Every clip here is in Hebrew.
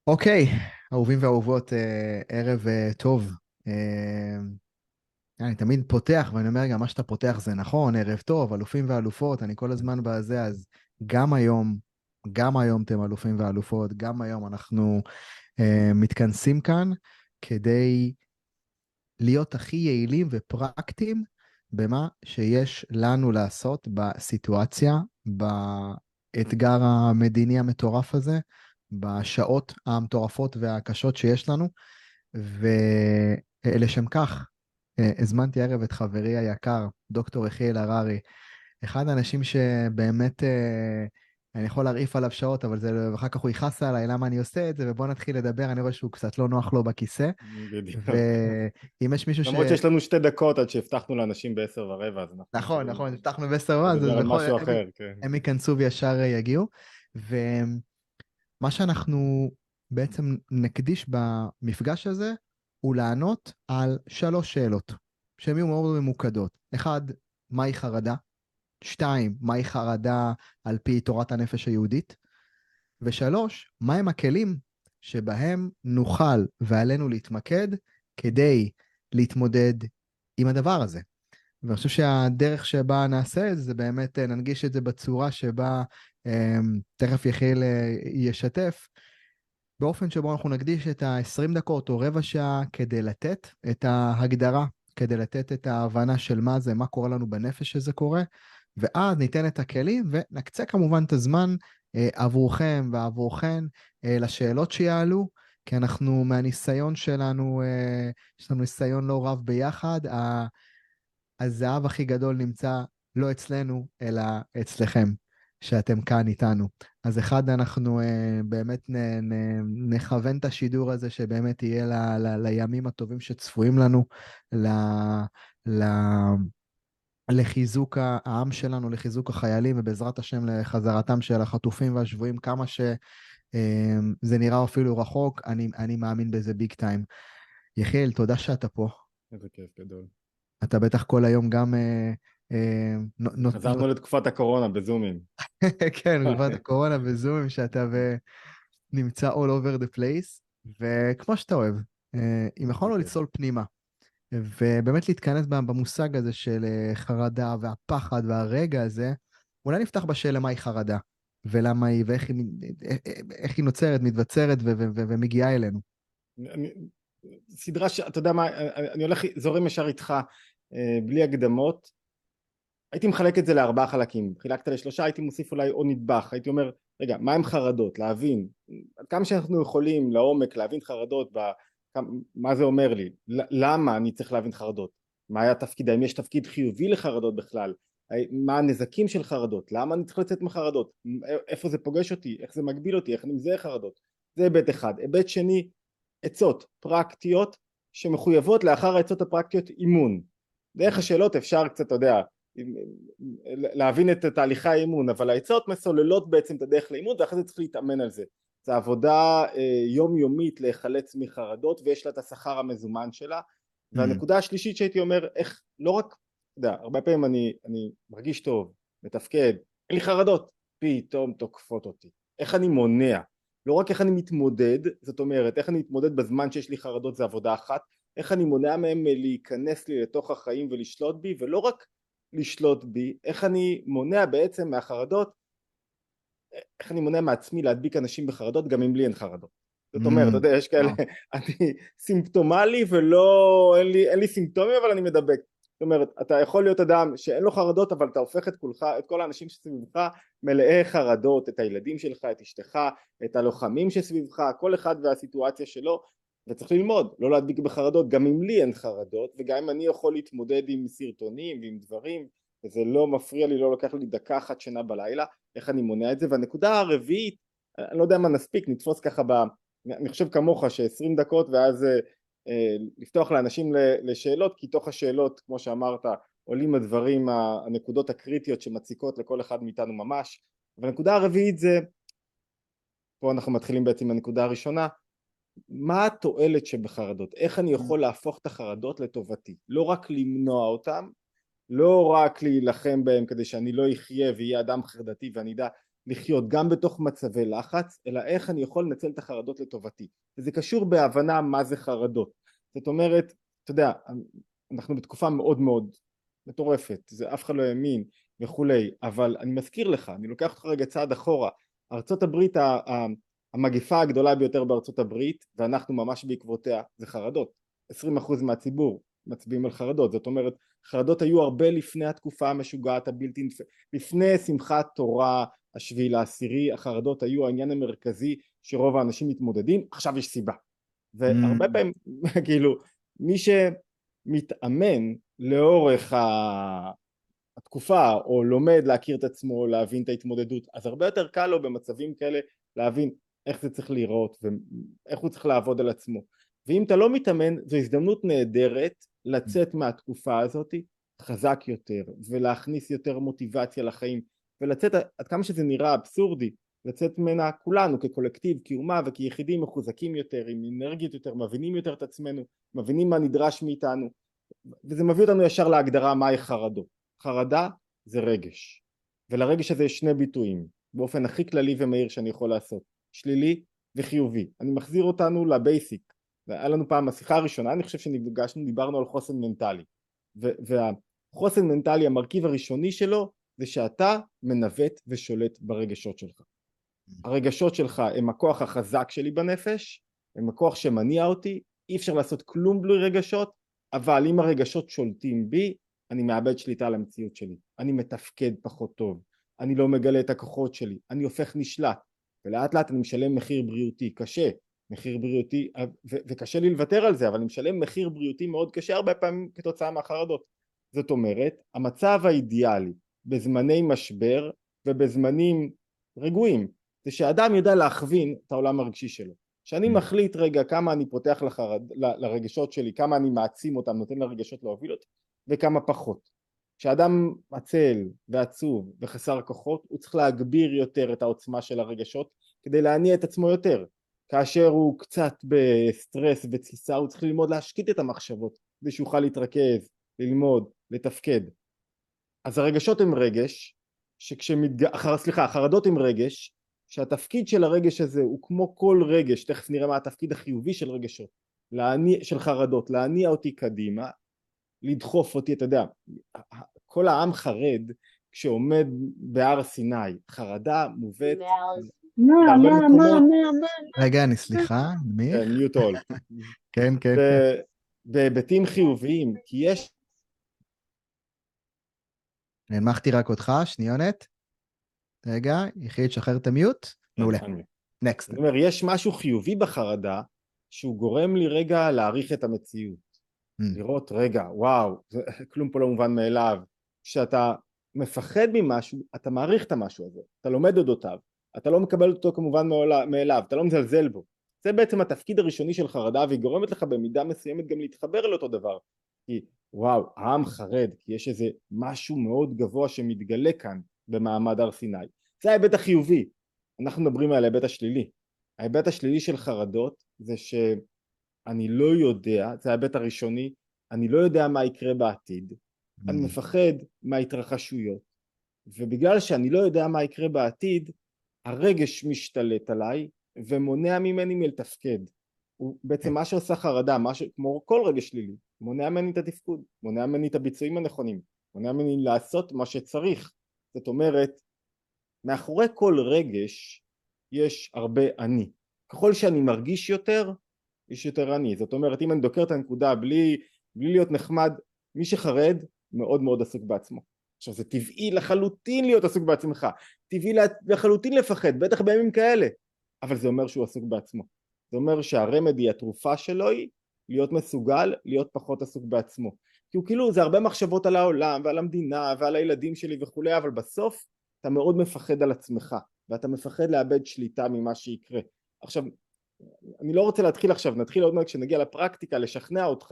אוקיי, אהובים ואהובות, ערב טוב. אה, אני תמיד פותח, ואני אומר גם מה שאתה פותח זה נכון, ערב טוב, אלופים ואלופות, אני כל הזמן בזה, אז גם היום, גם היום אתם אלופים ואלופות, גם היום אנחנו מתכנסים כאן כדי להיות הכי יעילים ופרקטיים במה שיש לנו לעשות בסיטואציה, באתגר המדיני המטורף הזה, בשעות המטורפות והקשות שיש לנו, ולשם כך הזמנתי הערב את חברי היקר, דוקטור יחיאל הררי, אחד האנשים שבאמת אני יכול להרעיף עליו שעות, אבל אחר כך הוא יכעס עליי למה אני עושה את זה, ובוא נתחיל לדבר, אני רואה שהוא קצת לא נוח לו בכיסא, בדיוק. ואם יש מישהו למרות שיש לנו 2 דקות עד שהבטחנו לאנשים ב10:15, אז אנחנו נכון, יכולים נכון, הבטחנו בסדר, אז לדבר על בכל... משהו אחר, כן. הם ייכנסו וישר יגיעו, ומה שאנחנו בעצם נקדיש במפגש הזה, הוא לענות על 3 שאלות, שהן יהיו מאוד ממוקדות. אחד, מהי חרדה? 2, מהי חרדה על פי תורת הנפש היהודית? ו3, מהם הכלים שבהם נוכל ועלינו להתמקד כדי להתמודד עם הדבר הזה. ואני חושב שהדרך שבה נעשה את זה, זה באמת ננגיש את זה בצורה שבה תכף יחיאל ישתף, באופן שבו אנחנו נקדיש את ה-20 דקות או רבע שעה כדי לתת את ההגדרה, כדי לתת את ההבנה של מה זה, מה קורה לנו בנפש שזה קורה, ואז ניתן את הכלים ונקצה כמובן את הזמן עבורכם ועבורכן לשאלות שיעלו, כי אנחנו מהניסיון שלנו, יש לנו ניסיון לא רב ביחד, הזהב הכי גדול נמצא לא אצלנו, אלא אצלכם, שאתם כאן איתנו. אז אחד, אנחנו באמת נכוון את השידור הזה, שבאמת יהיה לימים הטובים שצפויים לנו, ל, ל, לחיזוק העם שלנו, לחיזוק החיילים, ובעזרת השם לחזרתם של החטופים והשבויים, כמה שזה נראה אפילו רחוק, אני מאמין בזה ביג טיים. יחיאל, תודה שאתה פה. איזה כיף גדול. אתה בטח כל היום גם חזרנו לתקופת הקורונה בזומים. כן, תקופת הקורונה בזומים שאתה נמצא all over the place, וכמו שאתה אוהב, אם איזה יכולנו כיף. לצלול פנימה, ובאמת להתכנס במושג הזה של חרדה והפחד והרגע הזה, אולי נפתח בשאלה מהי חרדה, ולמה היא, איך היא נוצרת, מתבצרת ומגיעה אלינו. אני- סדרה אתה יודע מה, אני הולך, זורם ישר איתך, בלי הקדמות. הייתי מחלק את זה ל4 חלקים, חילקת ל3, הייתי מוסיף אולי עוד נדבך, הייתי אומר, רגע, מה הם חרדות? להבין, עד כמה שאנחנו יכולים לעומק להבין חרדות, מה זה אומר לי? למה אני צריך להבין חרדות? מה היה תפקיד? האם יש תפקיד חיובי לחרדות בכלל? מה הנזקים של חרדות? למה אני צריך לצאת מחרדות? איפה זה פוגש אותי? איך זה מגביל אותי? איך אני מזהה חרדות? זה היבט אחד. היבט שני, עצות פרקטיות שמחויבות לאחר העצות הפרקטיות אימון. דרך השאלות אפשר קצת, אתה יודע, להבין את תהליכי האימון, אבל העצות מסוללות בעצם את הדרך לאימון, ואחרי זה צריך להתאמן על זה. זו עבודה יומיומית להיחלץ מחרדות, ויש לה את השכר המזומן שלה. Mm, והנקודה השלישית שהייתי אומר, איך לא רק, אתה יודע, הרבה פעמים אני מרגיש טוב, מתפקד, אין לי חרדות, פתאום תוקפות אותי. איך אני מונע? לא רק איך אני מתמודד, זאת אומרת, איך אני מתמודד בזמן שיש לי חרדות, זה עבודה אחת, איך אני מונע מהם להיכנס לי לתוך החיים ולשלוט בי, ולא רק לשלוט בי, איך אני מונע בעצם מהחרדות, איך אני מונע מעצמי להדביק אנשים בחרדות גם אם לי אין חרדות. זאת אומרת, אתה mm, יודע, יש כאלה, וואו. אני סימפטומלי ולא, אין לי סימפטומים אבל אני מדבק. זאת אומרת, אתה יכול להיות אדם שאין לו חרדות, אבל אתה הופך את כל האנשים שסביבך מלאי חרדות, את הילדים שלך, את אשתך, את הלוחמים שסביבך, כל אחד והסיטואציה שלו, וצריך ללמוד, לא להדביק בחרדות, גם אם לי אין חרדות, וגם אם אני יכול להתמודד עם סרטונים ועם דברים, וזה לא מפריע לי, לא לוקח לי דקה אחת שינה בלילה, איך אני מונע את זה. והנקודה הרביעית, אני לא יודע מה נספיק, נתפוס ככה אני חושב כמוך ש20 דקות ואז לפתוח לאנשים לשאלות, כי תוך השאלות כמו שאמרת עולים הדברים, הנקודות הקריטיות שמציקות לכל אחד מאיתנו ממש. והנקודה הרביעית זה, פה אנחנו מתחילים בעצם מהנקודה הראשונה, מה התועלת שבחרדות? איך אני יכול להפוך את החרדות לטובתי? לא רק למנוע אותם, לא רק להילחם בהם כדי שאני לא אחיה ויהיה אדם חרדתי ואני אדע לחיות גם בתוך מצבי לחץ, אלא איך אני יכול לנצל את החרדות לטובתי. וזה קשור בהבנה מה זה חרדות. זאת אומרת, אתה יודע, אנחנו בתקופה מאוד מאוד מטורפת, זה אף אחד לא האמין וכולי, אבל אני מזכיר לך, אני לוקח אותך רגע צעד אחורה, ארצות הברית, המגפה הגדולה ביותר בארצות הברית, ואנחנו ממש בעקבותיה, זה חרדות. 20% מהציבור מצביעים על חרדות, זאת אומרת, חרדות היו הרבה לפני התקופה המשוגעת הבלתי נפסקת, לפני שמחת תורה, השביעי לעשירי, החרדות היו העניין המרכזי שרוב האנשים מתמודדים, עכשיו יש סיבה. והרבה פעמים, כאילו, מי שמתאמן לאורך התקופה, או לומד להכיר את עצמו, להבין את ההתמודדות, אז הרבה יותר קל לו במצבים כאלה להבין איך זה צריך להיראות, ואיך הוא צריך לעבוד על עצמו. ואם אתה לא מתאמן, זו הזדמנות נהדרת לצאת מהתקופה הזאת חזק יותר, ולהכניס יותר מוטיבציה לחיים, ולצאת, עד כמה שזה נראה אבסורדי, לצאת ממנה כולנו כקולקטיב, כאומה וכיחידים מחוזקים יותר, עם אנרגיות יותר, מבינים יותר את עצמנו, מבינים מה נדרש מאיתנו, וזה מביא אותנו ישר להגדרה מהי חרדות. חרדה זה רגש, ולרגש הזה יש שני ביטויים, באופן הכי כללי ומהיר שאני יכול לעשות, שלילי וחיובי. אני מחזיר אותנו לבייסיק, והיה לנו פעם השיחה הראשונה, אני חושב שנפגשנו, דיברנו על חוסן מנטלי, והחוסן מנטלי המרכיב הראשוני שלו, זה שאתה מנווט ושולט ברגשות שלך. הרגשות שלך הם הכוח החזק שלי בנפש, הם הכוח שמניע אותי, אי אפשר לעשות כלום בלי רגשות, אבל אם הרגשות שולטים בי, אני מאבד שליטה על המציאות שלי, אני מתפקד פחות טוב, אני לא מגלה את הכוחות שלי, אני הופך נשלט, ולאט לאט אני משלם מחיר בריאותי קשה, מחיר בריאותי, וקשה לי לוותר על זה, אבל אני משלם מחיר בריאותי מאוד קשה הרבה פעמים כתוצאה מהחרדות. זאת אומרת, המצב האידיאלי בזמני משבר ובזמנים רגועים, זה שאדם יודע להכווין את העולם הרגשי שלו. שאני מחליט רגע כמה אני פותח לרגשות שלי, כמה אני מעצים אותם, נותן לרגשות להוביל אותי, וכמה פחות. כשאדם עצל ועצוב וחסר כוחות, הוא צריך להגביר יותר את העוצמה של הרגשות, כדי להניע את עצמו יותר. כאשר הוא קצת בסטרס ותסיסה, הוא צריך ללמוד להשקיט את המחשבות, כדי שיוכל להתרכז, ללמוד, לתפקד. אז הרגשות הם רגש, החרדות הם רגש, שהתפקיד של הרגש הזה הוא כמו כל רגש, תכף נראה מה התפקיד החיובי של רגשות, של חרדות, להניע אותי קדימה, לדחוף אותי, אתה יודע, כל העם חרד כשעומד בהר סיני, חרדה מובאת בהרבה מקומות. רגע, אני סליחה, מי? מיוט אול. כן, כן. בהיבטים חיוביים, כי יש... נמחתי רק אותך, שניונת. רגע, יחי תשחרר את המיוט. מעולה. נקסט. זאת אומרת, יש משהו חיובי בחרדה, שהוא גורם לי רגע להעריך את המציאות. לראות, רגע, וואו, כלום פה לא מובן מאליו. כשאתה מפחד ממשהו, אתה מעריך את המשהו הזה, אתה לומד אודותיו, אתה לא מקבל אותו כמובן מאליו, אתה לא מזלזל בו. זה בעצם התפקיד הראשוני של חרדה, והיא גורמת לך במידה מסוימת גם להתחבר לאותו דבר. כי וואו, העם חרד, כי יש איזה משהו מאוד גבוה שמתגלה כאן במעמד הר סיני. זה ההיבט החיובי. אנחנו מדברים על ההיבט השלילי. ההיבט השלילי של חרדות זה שאני לא יודע, זה ההיבט הראשוני, אני לא יודע מה יקרה בעתיד, אני מפחד מההתרחשויות, ובגלל שאני לא יודע מה יקרה בעתיד, הרגש משתלט עליי ומונע ממני מלתפקד. הוא בעצם מה שעושה חרדה, כמו כל רגש שלילי, מונע ממני את התפקוד, מונע ממני את הביצועים הנכונים, מונע ממני לעשות מה שצריך. זאת אומרת, מאחורי כל רגש יש הרבה אני. ככל שאני מרגיש יותר, יש יותר אני. זאת אומרת, אם אני דוקר את הנקודה בלי להיות נחמד, מי שחרד מאוד מאוד עסוק בעצמו. עכשיו, זה טבעי לחלוטין להיות עסוק בעצמך, טבעי לחלוטין לפחד, בטח בימים כאלה, אבל זה אומר שהוא עסוק בעצמו. זה אומר שהרמדי, התרופה שלו היא להיות מסוגל, להיות פחות עסוק בעצמו. כי הוא כאילו, זה הרבה מחשבות על העולם ועל המדינה ועל הילדים שלי וכולי, אבל בסוף אתה מאוד מפחד על עצמך, ואתה מפחד לאבד שליטה ממה שיקרה. עכשיו, אני לא רוצה להתחיל עכשיו, נתחיל עוד מעט כשנגיע לפרקטיקה, לשכנע אותך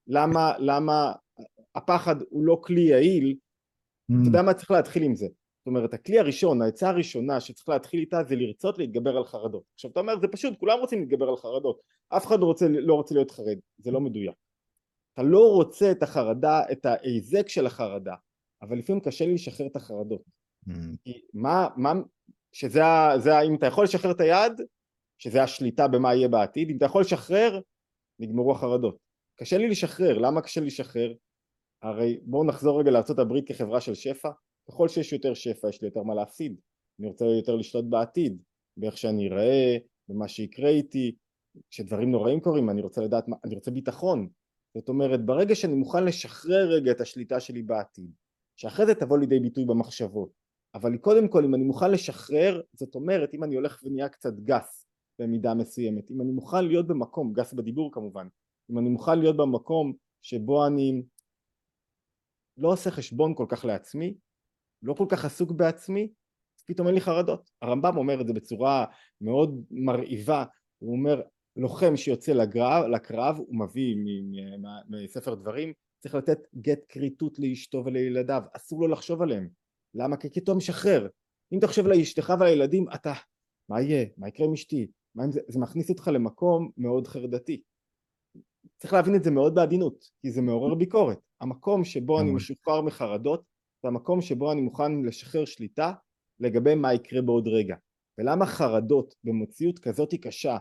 למה הפחד הוא לא כלי יעיל. אתה יודע מה צריך להתחיל עם זה? זאת אומרת, הכלי הראשון, העצה הראשונה שצריך להתחיל איתה זה לרצות להתגבר על חרדות. עכשיו אתה אומר, זה פשוט, כולם רוצים להתגבר על חרדות, אף אחד לא רוצה להיות חרד, זה לא מדויק. אתה לא רוצה את החרדה, את ההיזק של החרדה, אבל לפעמים קשה לי לשחרר את החרדות. כי אם אתה יכול לשחרר את היד, שזה השליטה במה יהיה בעתיד, אם אתה יכול לשחרר, נגמרו החרדות. קשה לי לשחרר, למה קשה לי לשחרר? הרי בואו נחזור רגע לארצות הברית כחברה של שפע, ככל שיש יותר שפע יש לי יותר מה להפסיד, אני רוצה יותר לשלוט בעתיד, באיך שאני אראה, במה שיקרה איתי, כשדברים נוראים קורים, אני רוצה לדעת, אני רוצה ביטחון, זאת אומרת ברגע שאני מוכן לשחרר רגע את השליטה שלי בעתיד, שאחרי זה תבוא לידי ביטוי במחשבות, אבל קודם כל אם אני מוכן לשחרר, זאת אומרת אם אני הולך ונהיה קצת גס במידה מסוימת, אם אני מוכן להיות במקום, גס בדיבור כמובן, אם אני מוכן להיות במקום שבו אני לא עושה חשבון כל כך לעצמי, לא כל כך עסוק בעצמי, פתאום אין לי חרדות. הרמב"ם אומר את זה בצורה מאוד מרהיבה, הוא אומר לוחם שיוצא לקרב, הוא מביא מספר דברים, צריך לתת גט כריתות לאשתו ולילדיו, אסור לו לחשוב עליהם. למה? כי אתה משחרר. אם אתה חושב לאשתך ולילדים, אתה, מה יהיה? מה יקרה עם אשתי? זה מכניס אותך למקום מאוד חרדתי. צריך להבין את זה מאוד בעדינות, כי זה מעורר ביקורת. המקום שבו אני משוחרר מחרדות, זה המקום שבו אני מוכן לשחרר שליטה לגבי מה יקרה בעוד רגע. ולמה חרדות במציאות כזאת היא קשה,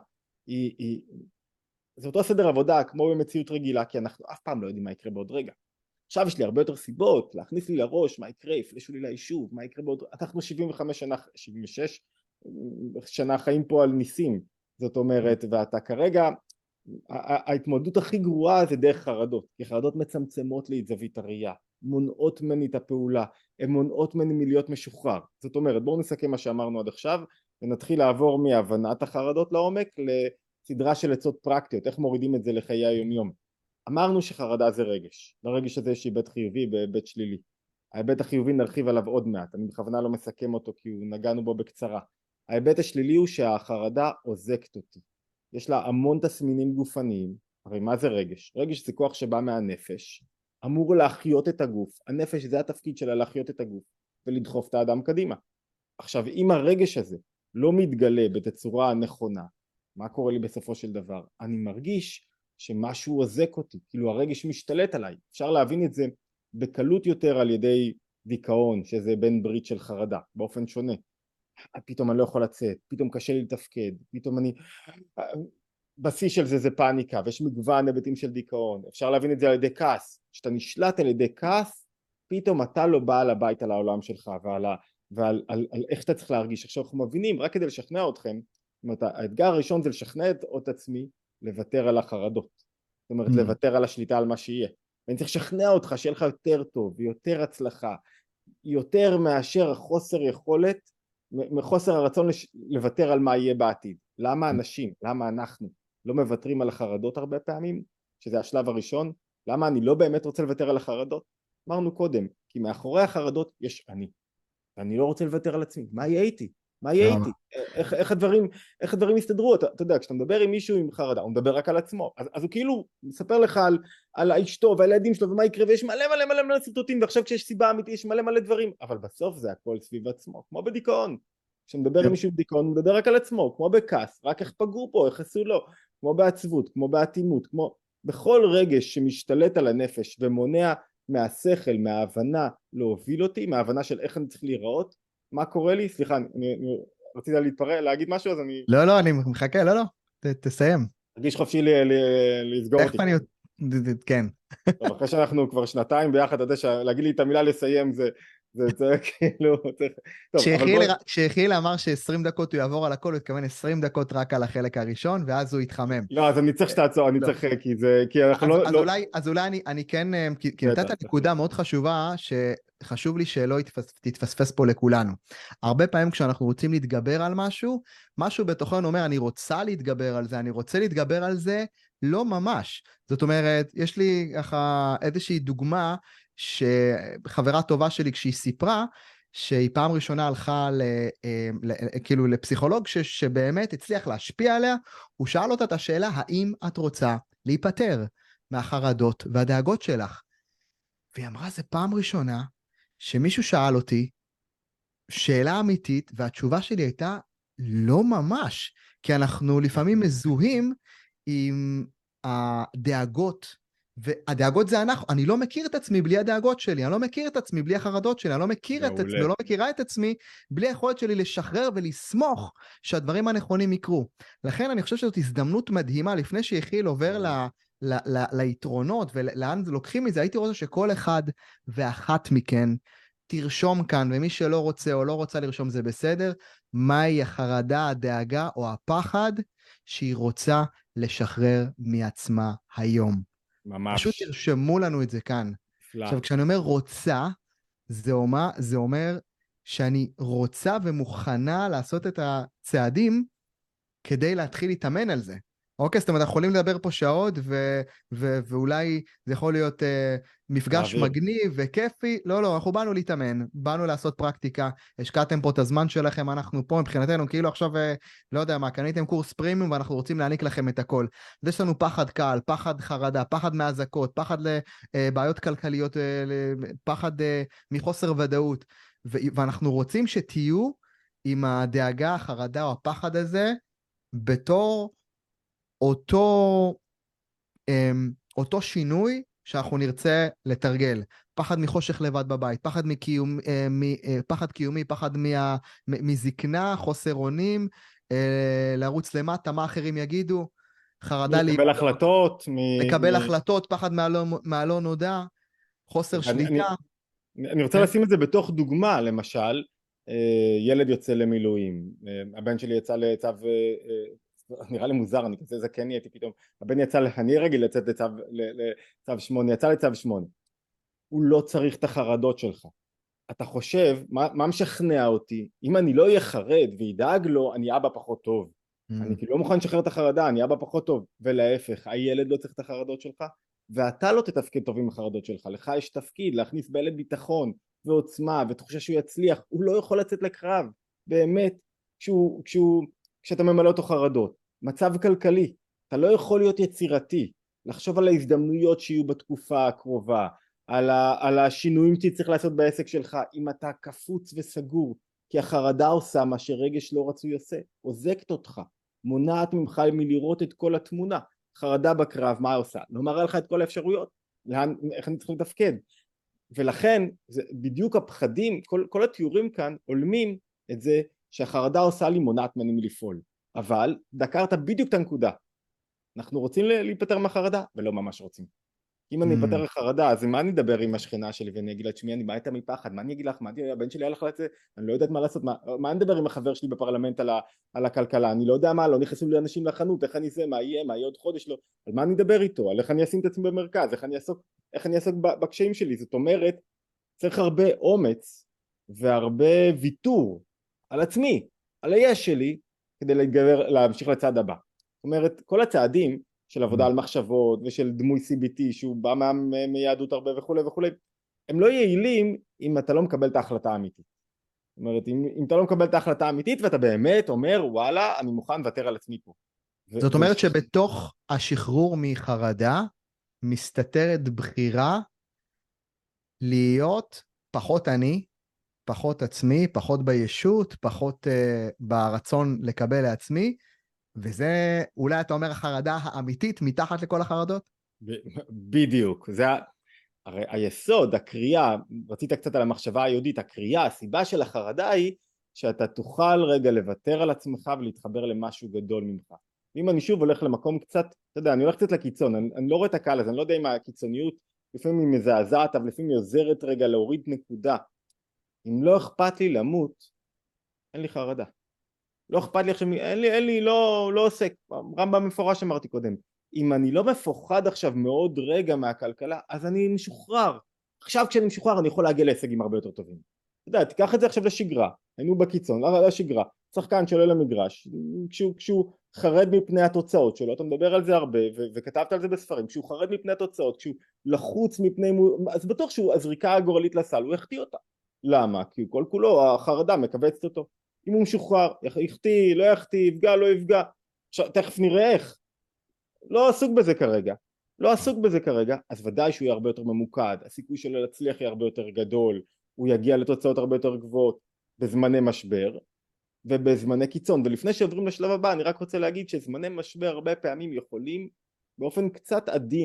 זה אותו סדר עבודה כמו במציאות רגילה, כי אנחנו אף פעם לא יודעים מה יקרה בעוד רגע. עכשיו יש לי הרבה יותר סיבות להכניס לי לראש מה יקרה, יפלשו לי ליישוב, מה יקרה בעוד, אנחנו 75 שנה, 76 שנה חיים פה על ניסים, זאת אומרת, ואתה כרגע, ההתמודדות הכי גרועה זה דרך חרדות, כי חרדות מצמצמות לי את זווית הראייה, מונעות ממני את הפעולה, הן מונעות ממני מלהיות משוחרר. זאת אומרת, בואו נסכם מה שאמרנו עד עכשיו, ונתחיל לעבור מהבנת החרדות לעומק לסדרה של עצות פרקטיות, איך מורידים את זה לחיי היומיום. אמרנו שחרדה זה רגש, לרגש הזה יש היבט חיובי בהיבט שלילי. ההיבט החיובי נרחיב עליו עוד מעט, אני בכוונה לא מסכם אותו כי הוא נגענו בו בקצרה. ההיבט השלילי הוא שהחרדה עוזקת אותי. יש לה המון תסמינים גופניים, הרי מה זה רגש? רגש זה כוח שבא מהנפש, אמור להחיות את הגוף, הנפש זה התפקיד שלה להחיות את הגוף ולדחוף את האדם קדימה. עכשיו אם הרגש הזה לא מתגלה בתצורה הנכונה, מה קורה לי בסופו של דבר? אני מרגיש שמשהו עוזק אותי, כאילו הרגש משתלט עליי, אפשר להבין את זה בקלות יותר על ידי דיכאון, שזה בן ברית של חרדה, באופן שונה. פתאום אני לא יכול לצאת, פתאום קשה לי לתפקד, פתאום אני, בשיא של זה פאניקה, ויש מגוון היבטים של דיכאון, אפשר להבין את זה על ידי כעס, כשאתה נשלט על ידי כעס, פתאום אתה לא בעל הבית על העולם שלך, ועל איך שאתה צריך להרגיש. עכשיו אנחנו מבינים, רק כדי לשכנע אתכם, זאת אומרת, האתגר הראשון זה לשכנע את עצמי, לוותר על החרדות, זאת אומרת לוותר על השליטה על מה שיהיה, ואני צריך לשכנע אותך שיהיה לך יותר טוב, ויותר הצלחה, יותר מאשר החוסר יכולת, מחוסר הרצון לוותר על מה יהיה בעתיד. למה אנשים, למה אנחנו לא מוותרים על החרדות הרבה פעמים, שזה השלב הראשון, למה אני לא באמת רוצה לוותר על החרדות? אמרנו קודם, כי מאחורי החרדות יש אני, ואני לא רוצה לוותר על עצמי, מה יהיה איתי? מה יהיה איתי? איך הדברים יסתדרו? אתה יודע, כשאתה מדבר עם מישהו עם חרדה, הוא מדבר רק על עצמו, אז הוא כאילו מספר לך על אשתו ועל הילדים שלו ומה יקרה, ויש מלא ציטוטים, ועכשיו כשיש סיבה אמיתית יש מלא דברים, אבל בסוף זה הכל סביב עצמו, כמו בדיכאון. כשמדבר עם מישהו בדיכאון, הוא מדבר רק על עצמו, כמו בכעס, רק איך פגעו פה, איך עשו לו, כמו בעצבות, כמו באטימות, כמו בכל רגש שמשתלט על הנפש ומונע מהשכל, מההבנה להוביל אותי, מההבנה של איך אני צריך להיראות. מה קורה לי? סליחה, אני רציתי להגיד משהו, אז אני... לא, אני מחכה, לא, תסיים. תרגיש חופשי לסגור אותי. כן. טוב, אחרי שאנחנו כבר שנתיים ביחד, אתה יודע, להגיד לי את המילה לסיים זה כאילו... כשחיל אמר ש20 דקות הוא יעבור על הכל, הוא התכוון 20 דקות רק על החלק הראשון, ואז הוא יתחמם. לא, אז אני צריך שתעצור, אני צריך, כי אנחנו לא... אז אולי אני כן, כי נתת נקודה מאוד חשובה, שחשוב לי שלא תתפספס פה לכולנו. הרבה פעמים כשאנחנו רוצים להתגבר על משהו בתוכנו אומר, אני רוצה להתגבר על זה, אני רוצה להתגבר על זה, לא ממש. זאת אומרת, יש לי ככה איזושהי דוגמה, שחברה טובה שלי כשהיא סיפרה, שהיא פעם ראשונה הלכה כאילו לפסיכולוג שבאמת הצליח להשפיע עליה, הוא שאל אותה את השאלה, האם את רוצה להיפטר מהחרדות והדאגות שלך? והיא אמרה, זה פעם ראשונה שמישהו שאל אותי שאלה אמיתית, והתשובה שלי הייתה, לא ממש, כי אנחנו לפעמים מזוהים עם הדאגות והדאגות זה אני לא מכיר את עצמי בלי הדאגות שלי, אני לא מכיר את עצמי בלי החרדות שלי, אני לא מכיר את עצמי, מעולה. או לא מכירה את עצמי בלי היכולת שלי לשחרר ולסמוך שהדברים הנכונים יקרו. לכן אני חושב שזאת הזדמנות מדהימה, לפני שיחיל עובר ליתרונות ולאן לוקחים מזה, הייתי רוצה שכל אחד ואחת מכן תרשום כאן, ומי שלא רוצה או לא רוצה לרשום זה בסדר, מהי החרדה, הדאגה או הפחד שהיא רוצה לשחרר מעצמה היום. פשוט ממש. תרשמו לנו את זה כאן. נפלא. עכשיו, כשאני אומר רוצה, זה אומר שאני רוצה ומוכנה לעשות את הצעדים כדי להתחיל להתאמן על זה. אוקיי, זאת אומרת, אנחנו יכולים לדבר פה שעות, ואולי זה יכול להיות מפגש באוויר. מגניב וכיפי. לא, לא, אנחנו באנו להתאמן, באנו לעשות פרקטיקה, השקעתם פה את הזמן שלכם, אנחנו פה מבחינתנו, כאילו עכשיו, לא יודע מה, קניתם קורס פרימיום, ואנחנו רוצים להעניק לכם את הכל. יש לנו פחד קהל, פחד חרדה, פחד מהזקות, פחד לבעיות כלכליות, פחד מחוסר ודאות, ואנחנו רוצים שתהיו עם הדאגה, החרדה או הפחד הזה, בתור אותו שינוי שאנחנו נרצה לתרגל. פחד מחושך לבד בבית, פחד קיומי, פחד מזקנה, חוסר אונים, לרוץ למטה, מה אחרים יגידו, חרדה לקבל החלטות, לקבל החלטות, פחד מהלא נודע, חוסר אני שליטה. אני רוצה כן? לשים את זה בתוך דוגמה, למשל, ילד יוצא למילואים, הבן שלי יצא לצו, נראה לי מוזר, אני כזה זקן נהייתי פתאום, הבן יצא, אני רגיל לצאת לצו 8, יצא לצו 8, הוא לא צריך את החרדות שלך. אתה חושב, מה משכנע אותי? אם אני לא אהיה חרד וידאג לו, אני אבא פחות טוב. אני כאילו לא מוכן לשחרר את החרדה, אני אבא פחות טוב. ולהפך, הילד לא צריך את החרדות שלך, ואתה לא תתפקד טוב עם החרדות שלך. לך יש תפקיד להכניס בילד ביטחון ועוצמה ותחושה שהוא יצליח. הוא לא יכול לצאת לקרב, באמת, כשאתה ממלא אותו חרדות. מצב כלכלי, אתה לא יכול להיות יצירתי, לחשוב על ההזדמנויות שיהיו בתקופה הקרובה, על השינויים שצריך לעשות בעסק שלך, אם אתה קפוץ וסגור, כי החרדה עושה מה שרגש לא רצוי עושה, עוזקת אותך, מונעת ממך מלראות את כל התמונה. חרדה בקרב, מה עושה? לא מראה לך את כל האפשרויות, איך אני צריך לתפקד. ולכן זה בדיוק הפחדים, כל התיאורים כאן עולמים את זה שהחרדה עושה לי, מונעת ממני מלפעול. אבל דקרת בדיוק את הנקודה, אנחנו רוצים להיפטר מהחרדה ולא ממש רוצים. אם אני אפטר חרדה, אז מה אני אדבר עם השכנה שלי ואני אגיד לה, תשמעי, אני בא איתה מפחד, מה אני אגיד לך, הבן שלי הלך לצאת, אני לא יודעת מה לעשות, מה אני אדבר עם החבר שלי בפרלמנט על הכלכלה, אני לא יודע מה, לא נכנסו לי אנשים לחנות, איך אני זה, מה יהיה עוד חודש, לא, על מה אני אדבר איתו, על איך אני אשים את עצמי במרכז, איך אני אעסוק בקשיים שלי. זאת אומרת, צריך הרבה אומץ והרבה ויתור על עצמי, על היש שלי, כדי להמשיך לצד הבא. זאת אומרת, כל הצעדים של עבודה על מחשבות ושל דמוי CBT שהוא בא מיהדות הרבה וכו' וכו', הם לא יעילים אם אתה לא מקבל את ההחלטה האמיתית. זאת אומרת, אם אתה לא מקבל את ההחלטה האמיתית ואתה באמת אומר, וואלה, אני מוכן לוותר על עצמי פה. זאת אומרת שבתוך השחרור מחרדה מסתתרת בחירה להיות פחות אני, פחות עצמי, פחות בישות, פחות ברצון לקבל לעצמי, וזה אולי אתה אומר החרדה האמיתית מתחת לכל החרדות? בדיוק, זה הרי היסוד, הקריאה, רצית קצת על המחשבה היהודית, הקריאה, הסיבה של החרדה היא שאתה תוכל רגע לוותר על עצמך ולהתחבר למשהו גדול ממך. אם אני שוב הולך למקום קצת, אתה יודע, אני הולך קצת לקיצון, אני לא רואה את הקהל הזה, אני לא יודע אם הקיצוניות לפעמים היא מזעזעת, אבל לפעמים היא עוזרת רגע להוריד נקודה. אם לא אכפת לי למות, אין לי חרדה. לא אכפת לי עכשיו, אין לי, לא עוסק, רמב"ם מפורש אמרתי קודם, אם אני לא מפוחד עכשיו מאוד רגע מהכלכלה, אז אני משוחרר. עכשיו כשאני משוחרר אני יכול להגיע להישגים הרבה יותר טובים. אתה יודע, תיקח את זה עכשיו לשגרה, היינו בקיצון, לשגרה, שחקן שעולה למגרש, כשהוא חרד מפני התוצאות שלו, אתה מדבר על זה הרבה, וכתבת על זה בספרים, כשהוא חרד מפני התוצאות, כשהוא לחוץ מפני, אז בטוח שהזריקה הגורלית לסל, הוא יחטיא אותה. למה? כי כל כולו, החרדה מקבצת אותו. אם הוא משוחרר, יחטיא, לא יחטיא, יפגע, לא יפגע, תכף נראה איך. לא עסוק בזה כרגע, לא עסוק בזה כרגע, אז ודאי שהוא יהיה הרבה יותר ממוקד, הסיכוי שלו להצליח יהיה הרבה יותר גדול, הוא יגיע לתוצאות הרבה יותר גבוהות בזמני משבר ובזמני קיצון. ולפני שעוברים לשלב הבא, אני רק רוצה להגיד שזמני משבר הרבה פעמים יכולים באופן קצת עדין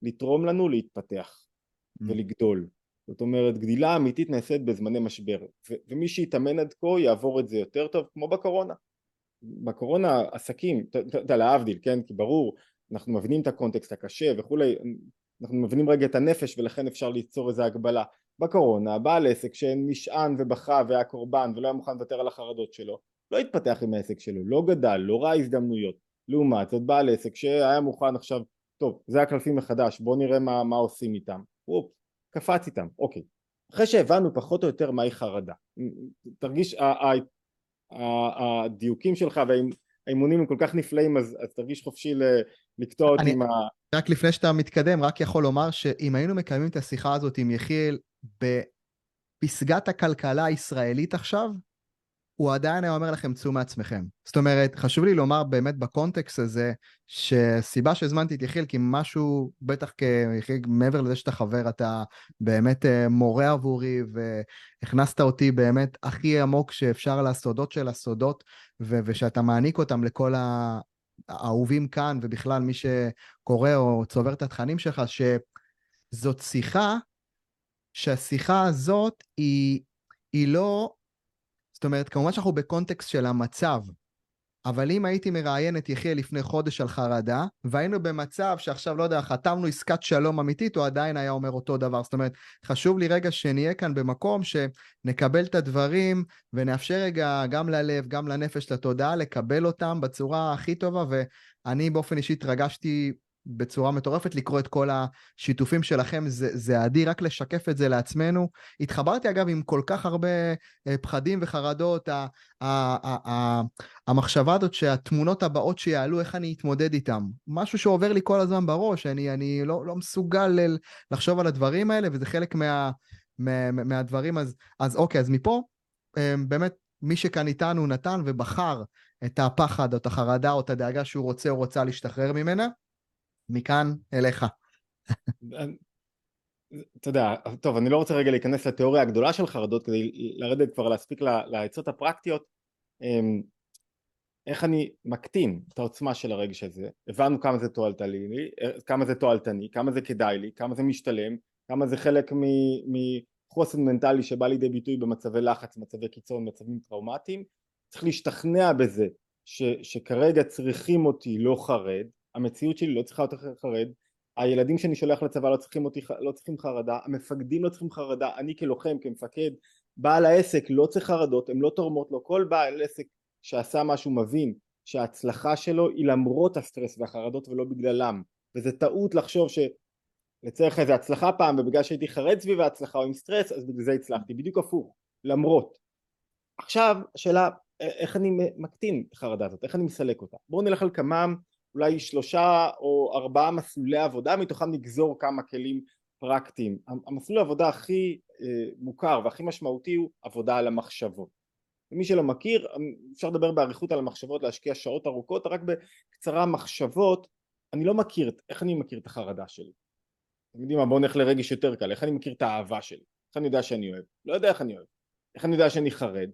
לתרום לנו להתפתח ולגדול. זאת אומרת, גדילה אמיתית נעשית בזמני משבר, ומי שיתאמן עד כה יעבור את זה יותר טוב, כמו בקורונה. בקורונה עסקים, אתה להבדיל, כן? כי ברור, אנחנו מבינים את הקונטקסט הקשה וכולי, אנחנו מבינים רגע את הנפש ולכן אפשר ליצור איזו הגבלה. בקורונה, בעל עסק שנשען ובכה והיה קורבן ולא היה מוכן לוותר על החרדות שלו, לא התפתח עם העסק שלו, לא גדל, לא ראה הזדמנויות. לעומת זאת בעל עסק שהיה מוכן עכשיו, טוב, זה הקלפים מחדש, בוא נראה מה עושים איתם. הוא קפץ איתם, אוקיי. אחרי שהבנו פחות או יותר מהי חרדה, תרגיש, הדיוקים שלך והאימונים הם כל כך נפלאים, אז תרגיש חופשי לקטוע אותי אני עם רק לפני שאתה מתקדם, רק יכול לומר שאם היינו מקיימים את השיחה הזאת עם יחיאל בפסגת הכלכלה הישראלית עכשיו, הוא עדיין היה אומר לכם, צאו מעצמכם. זאת אומרת, חשוב לי לומר באמת בקונטקסט הזה, שסיבה שהזמנתי את יחיאל, כי משהו, בטח כיחיאל, מעבר לזה שאתה חבר, אתה באמת מורה עבורי, והכנסת אותי באמת הכי עמוק שאפשר לסודות של הסודות, ושאתה מעניק אותם לכל האהובים כאן, ובכלל מי שקורא או צובר את התכנים שלך, שזאת שיחה, שהשיחה הזאת היא לא, זאת אומרת, כמובן שאנחנו בקונטקסט של המצב, אבל אם הייתי מראיין את יחיאל לפני חודש על חרדה, והיינו במצב שעכשיו, לא יודע, חתמנו עסקת שלום אמיתית, הוא עדיין היה אומר אותו דבר. זאת אומרת, חשוב לי רגע שנהיה כאן במקום שנקבל את הדברים, ונאפשר רגע גם ללב, גם לנפש, לתודעה, לקבל אותם בצורה הכי טובה, ואני באופן אישי התרגשתי בצורה מטורפת לקרוא את כל השיתופים שלכם, זה אדיר, רק לשקף את זה לעצמנו. התחברתי אגב עם כל כך הרבה פחדים וחרדות, המחשבה הזאת שהתמונות הבאות שיעלו, איך אני אתמודד איתם, משהו שעובר לי כל הזמן בראש, אני לא מסוגל לחשוב על הדברים האלה, וזה חלק מהדברים, אז אוקיי, אז מפה, באמת, מי שכאן איתנו נתן ובחר את הפחד או את החרדה או את הדאגה שהוא רוצה או רוצה להשתחרר ממנה, מכאן אליך. אתה יודע, טוב, אני לא רוצה רגע להיכנס לתיאוריה הגדולה של חרדות כדי לרדת כבר להספיק לעצות הפרקטיות. איך אני מקטין את העוצמה של הרגש הזה, הבנו כמה זה תועלתני, כמה זה תועלתני, כמה זה כדאי לי, כמה זה משתלם, כמה זה חלק מחוסן מנטלי שבא לידי ביטוי במצבי לחץ, מצבי קיצון, מצבים טראומטיים. צריך להשתכנע בזה שכרגע צריכים אותי לא חרד, המציאות שלי לא צריכה אותי חרד, הילדים שאני שולח לצבא לא צריכים חרדה, המפקדים לא צריכים חרדה, אני כלוחם, כמפקד, בעל העסק לא צריך חרדות, הם לא תורמות לו, כל בעל עסק שעשה משהו מבין שההצלחה שלו היא למרות הסטרס והחרדות ולא בגללם, וזה טעות לחשוב שלצריך איזה הצלחה פעם ובגלל שהייתי חרד סביב ההצלחה או עם סטרס אז בגלל זה הצלחתי, בדיוק הפוך, למרות. עכשיו השאלה איך אני מקטין את החרדה הזאת, איך אני מסלק אותה. בואו נלך על כמה, אולי 3 או 4 מסלולי עבודה, מתוכם נגזור כמה כלים פרקטיים. המסלול העבודה הכי מוכר והכי משמעותי הוא עבודה על המחשבות. ומי שלא מכיר, אפשר לדבר באריכות על המחשבות, להשקיע שעות ארוכות, רק בקצרה מחשבות. אני לא מכיר, איך אני מכיר את החרדה שלי? אתם יודעים מה, בואו נלך לרגש יותר קל, איך אני מכיר את האהבה שלי? איך אני יודע שאני אוהב? לא יודע איך אני אוהב. איך אני יודע שאני חרד?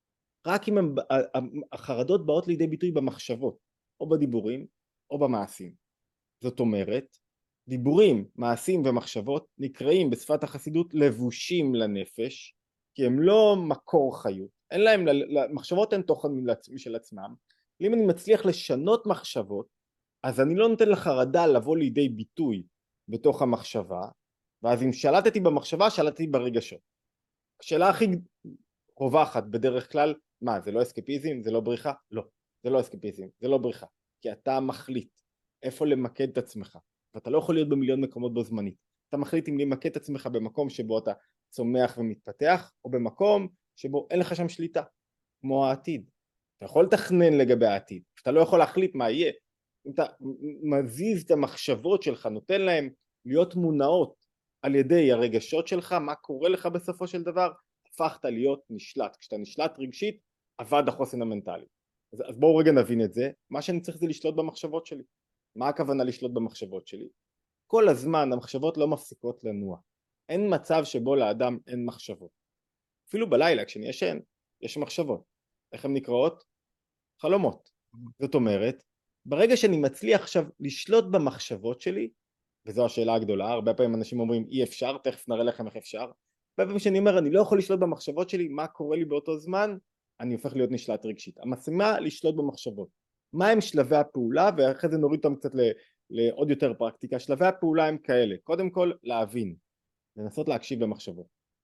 רק אם החרדות באות לידי ביטוי במחשבות, או בדיבורים, או במעשים. זאת אומרת, דיבורים, מעשים ומחשבות נקראים בשפת החסידות לבושים לנפש, כי הם לא מקור חיות, אין להם, מחשבות הן תוכן משל עצמם. אם אני מצליח לשנות מחשבות, אז אני לא נותן לחרדה לבוא לידי ביטוי בתוך המחשבה, ואז אם שלטתי במחשבה, שלטתי ברגשות. השאלה הכי רווחת בדרך כלל, מה, זה לא אסקפיזם? זה לא בריחה? לא, זה לא אסקפיזם, זה לא בריחה, כי אתה מחליט איפה למקד את עצמך, ואתה לא יכול להיות במיליון מקומות בו זמנית. אתה מחליט אם למקד את עצמך במקום שבו אתה צומח ומתפתח, או במקום שבו אין לך שם שליטה, כמו העתיד. אתה יכול לתכנן לגבי העתיד, אתה לא יכול להחליט מה יהיה. אם אתה מזיז את המחשבות שלך, נותן להם להיות מונעות על ידי הרגשות שלך, מה קורה לך בסופו של דבר, הפכת להיות נשלט. כשאתה נשלט רגשית, עבד החוסן המנטלי. אז בואו רגע נבין את זה. מה שאני צריך זה לשלוט במחשבות שלי. מה הכוונה לשלוט במחשבות שלי? כל הזמן המחשבות לא מפסיקות לנוע. אין מצב שבו לאדם אין מחשבות. אפילו בלילה כשאני ישן, יש מחשבות. איך הן נקראות? חלומות. זאת אומרת, ברגע שאני מצליח עכשיו לשלוט במחשבות שלי, וזו השאלה הגדולה. הרבה פעמים אנשים אומרים אי אפשר, תכף נראה לכם איך אפשר. הרבה פעמים שאני אומר אני לא יכול לשלוט במחשבות שלי, מה קורה לי באותו זמן, אני הופך להיות נשלט רגשית. המשימה לשלוט במחשבות. מה הם שלבי הפעולה, ואחרי זה נוריד אותם קצת לעוד יותר פרקטיקה. שלבי הפעולה הם כאלה: קודם כל להבין, לנסות להקשיב למחשבות,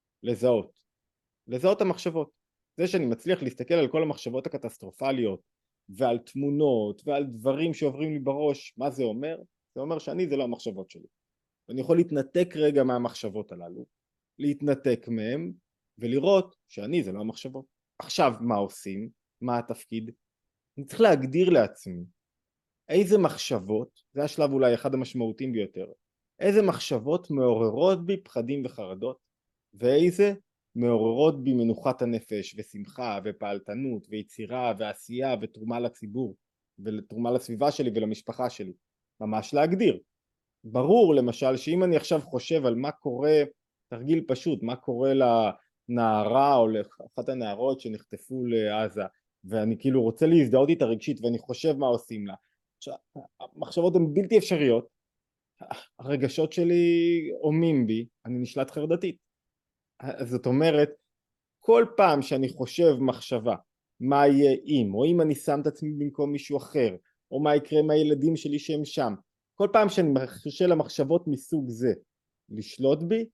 לזהות המחשבות. זה שאני מצליח להסתכל על כל המחשבות הקטסטרופליות ועל תמונות ועל דברים שעוברים לי בראש, מה זה אומר? זה אומר שאני זה לא המחשבות שלי. אני יכול להתנתק רגע מהמחשבות הללו, להתנתק מהם ולראות שאני זה לא המחשבות. עכשיו מה עושים? מה התפקיד? אני צריך להגדיר לעצמי איזה מחשבות, זה השלב אולי אחד המשמעותיים ביותר, איזה מחשבות מעוררות בי פחדים וחרדות, ואיזה מעוררות בי מנוחת הנפש ושמחה ופעלתנות ויצירה ועשייה ותרומה לציבור ותרומה לסביבה שלי ולמשפחה שלי. ממש להגדיר. ברור למשל שאם אני עכשיו חושב על מה קורה, תרגיל פשוט, מה קורה לנערה או לאחת הנערות שנחטפו לעזה, ואני כאילו רוצה להזדהות איתה רגשית ואני חושב מה עושים לה, המחשבות הן בלתי אפשריות, הרגשות שלי עומים בי, אני נשלט חרדתית. זאת אומרת, כל פעם שאני חושב מחשבה מה יהיה אם, או אם אני שם את עצמי במקום מישהו אחר, או מה יקרה עם הילדים שלי שהם שם, כל פעם שאני מרשה למחשבות מסוג זה לשלוט בי,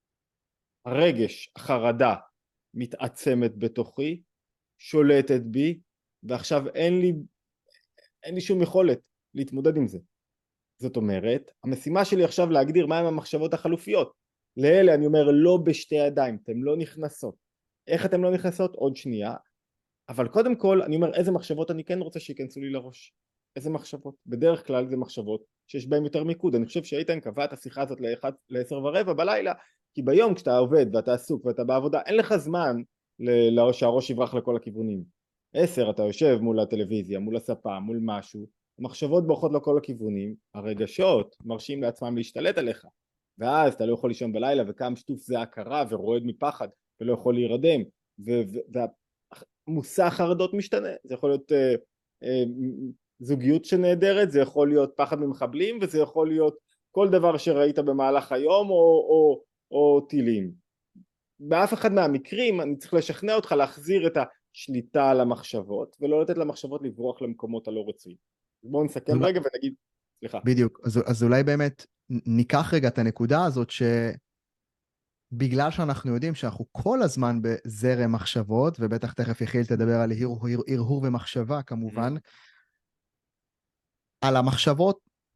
הרגש, החרדה מתעצמת בתוכי, שולטת בי, ועכשיו אין לי שום יכולת להתמודד עם זה. זאת אומרת, המשימה שלי עכשיו להגדיר מהם המחשבות החלופיות. לאלה אני אומר לא בשתי ידיים, אתן לא נכנסות. איך אתן לא נכנסות? עוד שנייה. אבל קודם כל אני אומר איזה מחשבות אני כן רוצה שיכנסו לי לראש. איזה מחשבות? בדרך כלל זה מחשבות שיש בהן יותר מיקוד. אני חושב שאיתן קבע את השיחה הזאת ל10:15 בלילה, כי ביום כשאתה עובד ואתה עסוק ואתה בעבודה אין לך זמן שהראש יברח לכל הכיוונים. 10 אתה יושב מול הטלוויזיה, מול הספה, מול משהו, המחשבות בורחות לכל הכיוונים, הרגשות מרשים לעצמם להשתלט עליך, ואז אתה לא יכול לישון בלילה וקם שטוף זיעה קרה ורועד מפחד ולא יכול להירדם, והמושא החרדות משתנה. זה יכול להיות זוגיות שנהדרת, זה יכול להיות פחד ממחבלים, וזה יכול להיות כל דבר שראית במהלך היום או טילים. באף אחד מהמקרים אני צריך לשכנע אותך להחזיר את השליטה על המחשבות ולא לתת למחשבות לברוח למקומות הלא רצויים. בואו נסכם רגע ונגיד, סליחה. בדיוק, אז אולי באמת ניקח רגע את הנקודה הזאת שבגלל שאנחנו יודעים שאנחנו כל הזמן בזרם מחשבות, ובטח תכף יחיל תדבר על הרהור ומחשבה כמובן, על המחשבות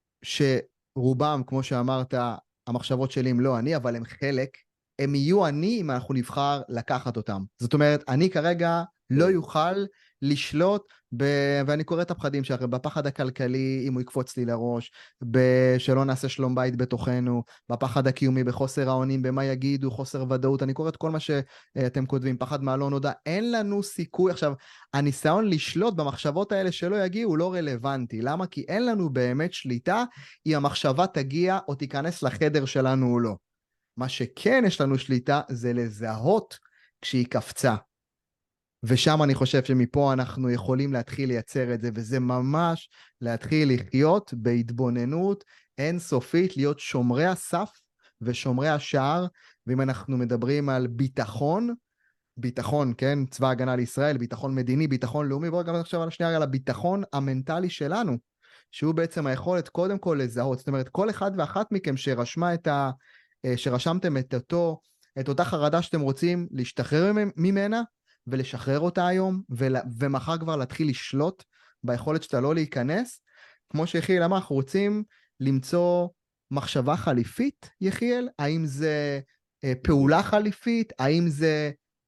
שרובם, כמו שאמרת, המחשבות שלי הם לא אני, אבל הם חלק, הם יהיו אני אם אנחנו נבחר לקחת אותם. זאת אומרת, אני כרגע לא יוכל לשלוט, ואני קורא את הפחדים שהרי בפחד הכלכלי, אם הוא יקפוץ לי לראש, שלא נעשה שלום בית בתוכנו, בפחד הקיומי, בחוסר האונים, במה יגידו, חוסר ודאות, אני קורא את כל מה שאתם כותבים, פחד מה לא נודע, אין לנו סיכוי. עכשיו, הניסיון לשלוט במחשבות האלה שלא יגיעו הוא לא רלוונטי. למה? כי אין לנו באמת שליטה אם המחשבה תגיע או תיכנס לחדר שלנו או לא. מה שכן יש לנו שליטה זה לזהות כשהיא קפצה. ושם אני חושב שמפה אנחנו יכולים להתחיל לייצר את זה, וזה ממש להתחיל לחיות בהתבוננות אינסופית, להיות שומרי הסף ושומרי השער. ואם אנחנו מדברים על ביטחון, כן, צבא הגנה לישראל, ביטחון מדיני, ביטחון לאומי, בואו גם עכשיו על הביטחון המנטלי שלנו, שהוא בעצם היכולת קודם כל לזהות. זאת אומרת, כל אחד ואחת מכם שרשמתם את אותה חרדה שאתם רוצים להשתחרר ממנה, ולשחרר אותה היום, ומחר כבר להתחיל לשלוט ביכולת שאתה לא להיכנס. כמו שיחיאל אמר, אנחנו רוצים למצוא מחשבה חליפית, יחיאל? האם זה פעולה חליפית? האם זה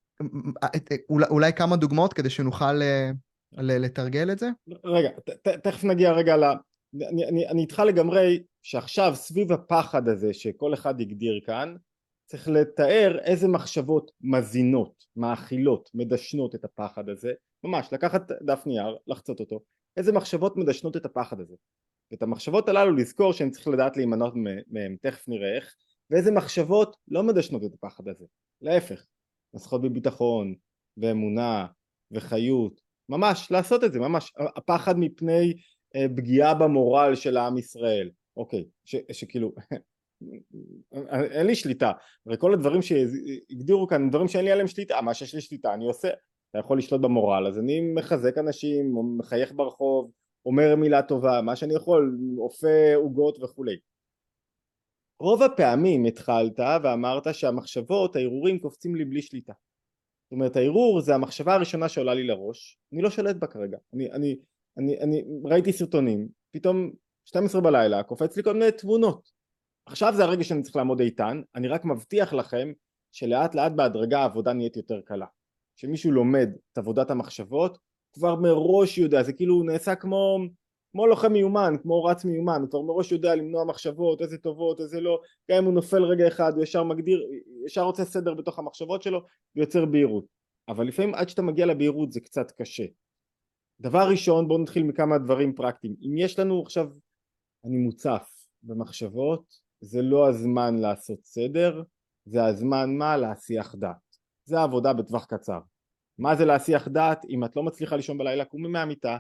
אולי כמה דוגמאות כדי שנוכל לתרגל את זה? רגע, תכף נגיע רגע אני איתך לגמרי שעכשיו סביב הפחד הזה שכל אחד יגדיר כאן, צריך לתאר איזה מחשבות מזינות, מאכילות, מדשנות את הפחד הזה, ממש לקחת דף נייר, לחצות אותו, איזה מחשבות מדשנות את הפחד הזה, ואת המחשבות הללו לזכור שאני צריך לדעת להימנעות מהם, תכף נראה איך, ואיזה מחשבות לא מדשנות את הפחד הזה, להפך, מסכות בביטחון ואמונה וחיות, ממש לעשות את זה, ממש הפחד מפני פגיעה במורל של העם ישראל, אוקיי, שכאילו, אין לי שליטה, הרי כל הדברים שהגדירו כאן, דברים שאין לי עליהם שליטה, מה שיש לי שליטה אני עושה, אתה יכול לשלוט במורל, אז אני מחזק אנשים, מחייך ברחוב, אומר מילה טובה, מה שאני יכול, אופה עוגות וכולי. רוב הפעמים התחלת ואמרת שהמחשבות, ההרהורים קופצים לי בלי שליטה. זאת אומרת, ההרהור זה המחשבה הראשונה שעולה לי לראש, אני לא שולט בה כרגע, אני ראיתי סרטונים, פתאום 12 בלילה קופץ לי כל מיני תמונות, עכשיו זה הרגע שאני צריך לעמוד איתן, אני רק מבטיח לכם שלאט לאט בהדרגה העבודה נהיית יותר קלה. כשמישהו לומד את עבודת המחשבות, כבר מראש יודע, זה כאילו נעשה כמו לוחם מיומן, כמו רץ מיומן, הוא כבר מראש יודע למנוע מחשבות, איזה טובות, איזה לא, גם אם הוא נופל רגע אחד, הוא ישר מגדיר, ישר רוצה סדר בתוך המחשבות שלו, ויוצר בהירות. אבל לפעמים עד שאתה מגיע לבהירות זה קצת קשה. דבר ראשון, בואו נתחיל מכמה דברים פרקטיים. אם יש לנו עכשיו, אני מוצף במחשבות, זה לא הזמן לעשות סדר, זה הזמן מה? להסיח דעת. זה העבודה בטווח קצר. מה זה להסיח דעת? אם את לא מצליחה לישון בלילה, קומי מהמיטה,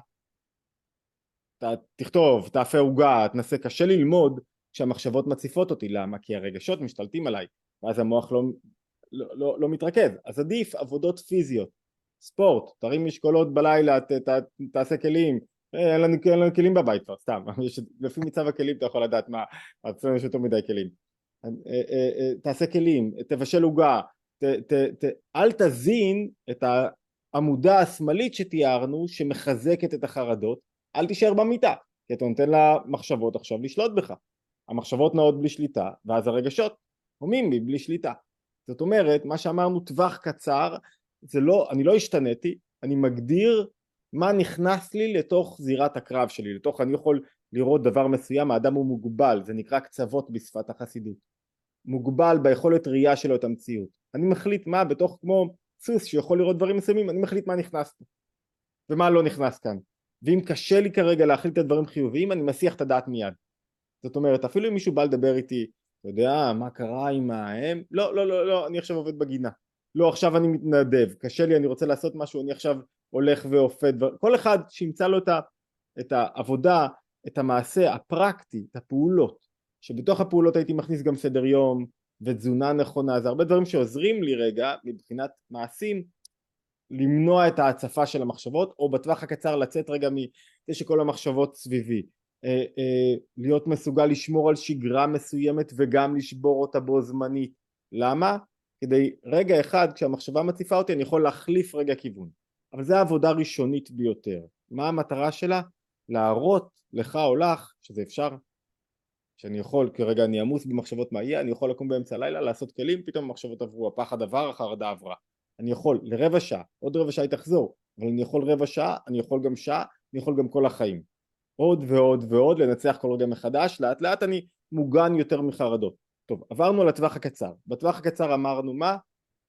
תכתוב, תאפה עוגה, תנסה, קשה ללמוד כשהמחשבות מציפות אותי. למה? כי הרגשות משתלטים עליי, ואז המוח לא מתרכז. אז עדיף עבודות פיזיות, ספורט, תרים משקולות בלילה, תעשה כלים, אין לנו כלים בבית כבר, סתם, לפי מצב הכלים אתה יכול לדעת מה, אצלנו יש יותר מדי כלים. תעשה כלים, תבשל עוגה, אל תזין את העמודה השמאלית שתיארנו שמחזקת את החרדות, אל תישאר במיטה, כי אתה נותן למחשבות עכשיו לשלוט בך. המחשבות נעות בלי שליטה, ואז הרגשות הומים בי בלי שליטה. זאת אומרת, מה שאמרנו טווח קצר, זה לא, אני לא השתניתי, אני מגדיר מה נכנס לי לתוך זירת הקרב שלי, לתוך, אני יכול לראות דבר מסוים, האדם הוא מוגבל, זה נקרא קצוות בשפת החסידות, מוגבל ביכולת ראייה שלו את המציאות. אני מחליט מה, בתוך כמו סוס שיכול לראות דברים מסוימים, אני מחליט מה נכנס פה, ומה לא נכנס כאן. ואם קשה לי כרגע להחליט את הדברים חיוביים, אני מסיח את הדעת מיד. זאת אומרת, אפילו אם מישהו בא לדבר איתי, אתה יודע, מה קרה עם ההם? לא, אני עכשיו עובד בגינה. לא, עכשיו אני מתנדב, קשה לי, אני רוצה לעשות משהו, אני עכשיו הולך ואופה דבר. כל אחד שימצא לו את העבודה, את המעשה הפרקטי, את הפעולות, שבתוך הפעולות הייתי מכניס גם סדר יום ותזונה נכונה, זה הרבה דברים שעוזרים לי רגע, מבחינת מעשים, למנוע את ההצפה של המחשבות, או בטווח הקצר לצאת רגע מזה שכל המחשבות סביבי. להיות מסוגל לשמור על שגרה מסוימת וגם לשבור אותה בו זמנית. למה? כדי רגע אחד כשהמחשבה מציפה אותי אני יכול להחליף רגע כיוון. אבל זו העבודה ראשונית ביותר. מה המטרה שלה? להראות לך או לך שזה אפשר, שאני יכול, כרגע אני עמוס במחשבות מה יהיה, אני יכול לקום באמצע הלילה, לעשות כלים, פתאום המחשבות עברו, הפחד עבר, החרדה עברה. אני יכול לרבע שעה, עוד רבע שעה היא תחזור, אבל אני יכול רבע שעה, אני יכול גם שעה, אני יכול גם כל החיים. עוד ועוד ועוד, לנצח כל רגע מחדש, לאט לאט אני מוגן יותר מחרדות. טוב, עברנו לטווח הקצר. בטווח הקצר אמרנו מה?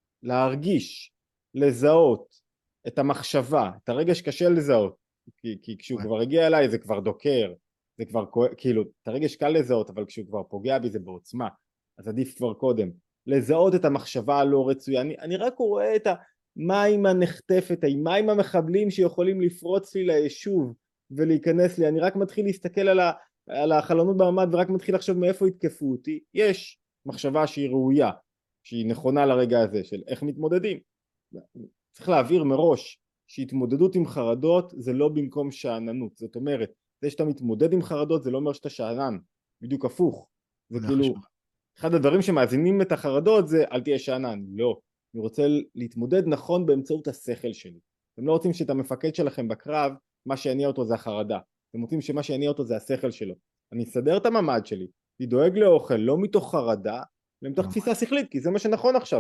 להרגיש, לזהות את המחשבה, את הרגש קשה לזהות, כי כשהוא כבר הגיע אליי זה כבר דוקר, זה כבר כאילו, את הרגש קל לזהות, אבל כשהוא כבר פוגע בי זה בעוצמה, אז עדיף כבר קודם. לזהות את המחשבה הלא רצויה, אני רק רואה את המים הנחטפת, המים המחבלים שיכולים לפרוץ לי ליישוב ולהיכנס לי, אני רק מתחיל להסתכל על החלונות בממד ורק מתחיל לחשוב מאיפה יתקפו אותי. יש מחשבה שהיא ראויה, שהיא נכונה לרגע הזה של איך מתמודדים. צריך להעביר מראש שהתמודדות עם חרדות זה לא במקום שאננות, זאת אומרת זה שאתה מתמודד עם חרדות זה לא אומר שאתה שאנן, בדיוק הפוך. זה כאילו אחד הדברים שמאזינים את החרדות זה אל תהיה שאנן, לא, אני רוצה להתמודד נכון באמצעות השכל שלי. אתם לא רוצים שאת המפקד שלכם בקרב מה שיניע אותו זה החרדה, אתם רוצים שמה שיניע אותו זה השכל שלו. אני אסדר את הממד שלי, אני דואג לאוכל לא מתוך חרדה, אלא מתוך תפיסה שכלית, כי זה מה שנכון עכשיו,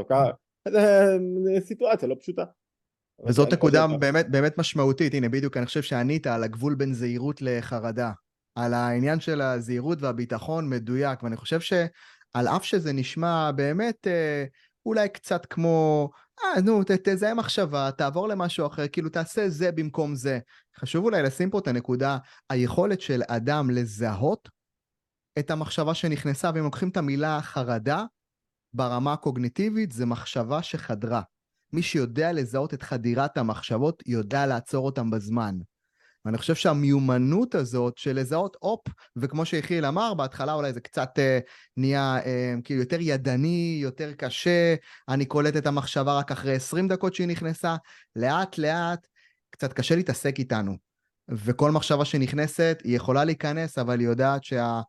זה סיטואציה לא פשוטה. וזאת נקודה באמת משמעותית, הנה בדיוק אני חושב שענית על הגבול בין זהירות לחרדה, על העניין של הזהירות והביטחון מדויק, ואני חושב שעל אף שזה נשמע באמת אולי קצת כמו, נו תזהה מחשבה, תעבור למשהו אחר, כאילו תעשה זה במקום זה, חשוב אולי לשים פה את הנקודה, היכולת של אדם לזהות את המחשבה שנכנסה, ואם לוקחים את המילה חרדה, ברמה הקוגניטיבית זה מחשבה שחדרה. מי שיודע לזהות את חדירת המחשבות, יודע לעצור אותם בזמן. ואני חושב שהמיומנות הזאת של לזהות אופ, וכמו שיחיאל אמר, בהתחלה אולי זה קצת נהיה כאילו יותר ידני, יותר קשה, אני קולט את המחשבה רק אחרי 20 דקות שהיא נכנסה, לאט לאט קצת קשה להתעסק איתנו. וכל מחשבה שנכנסת היא יכולה להיכנס, אבל היא יודעת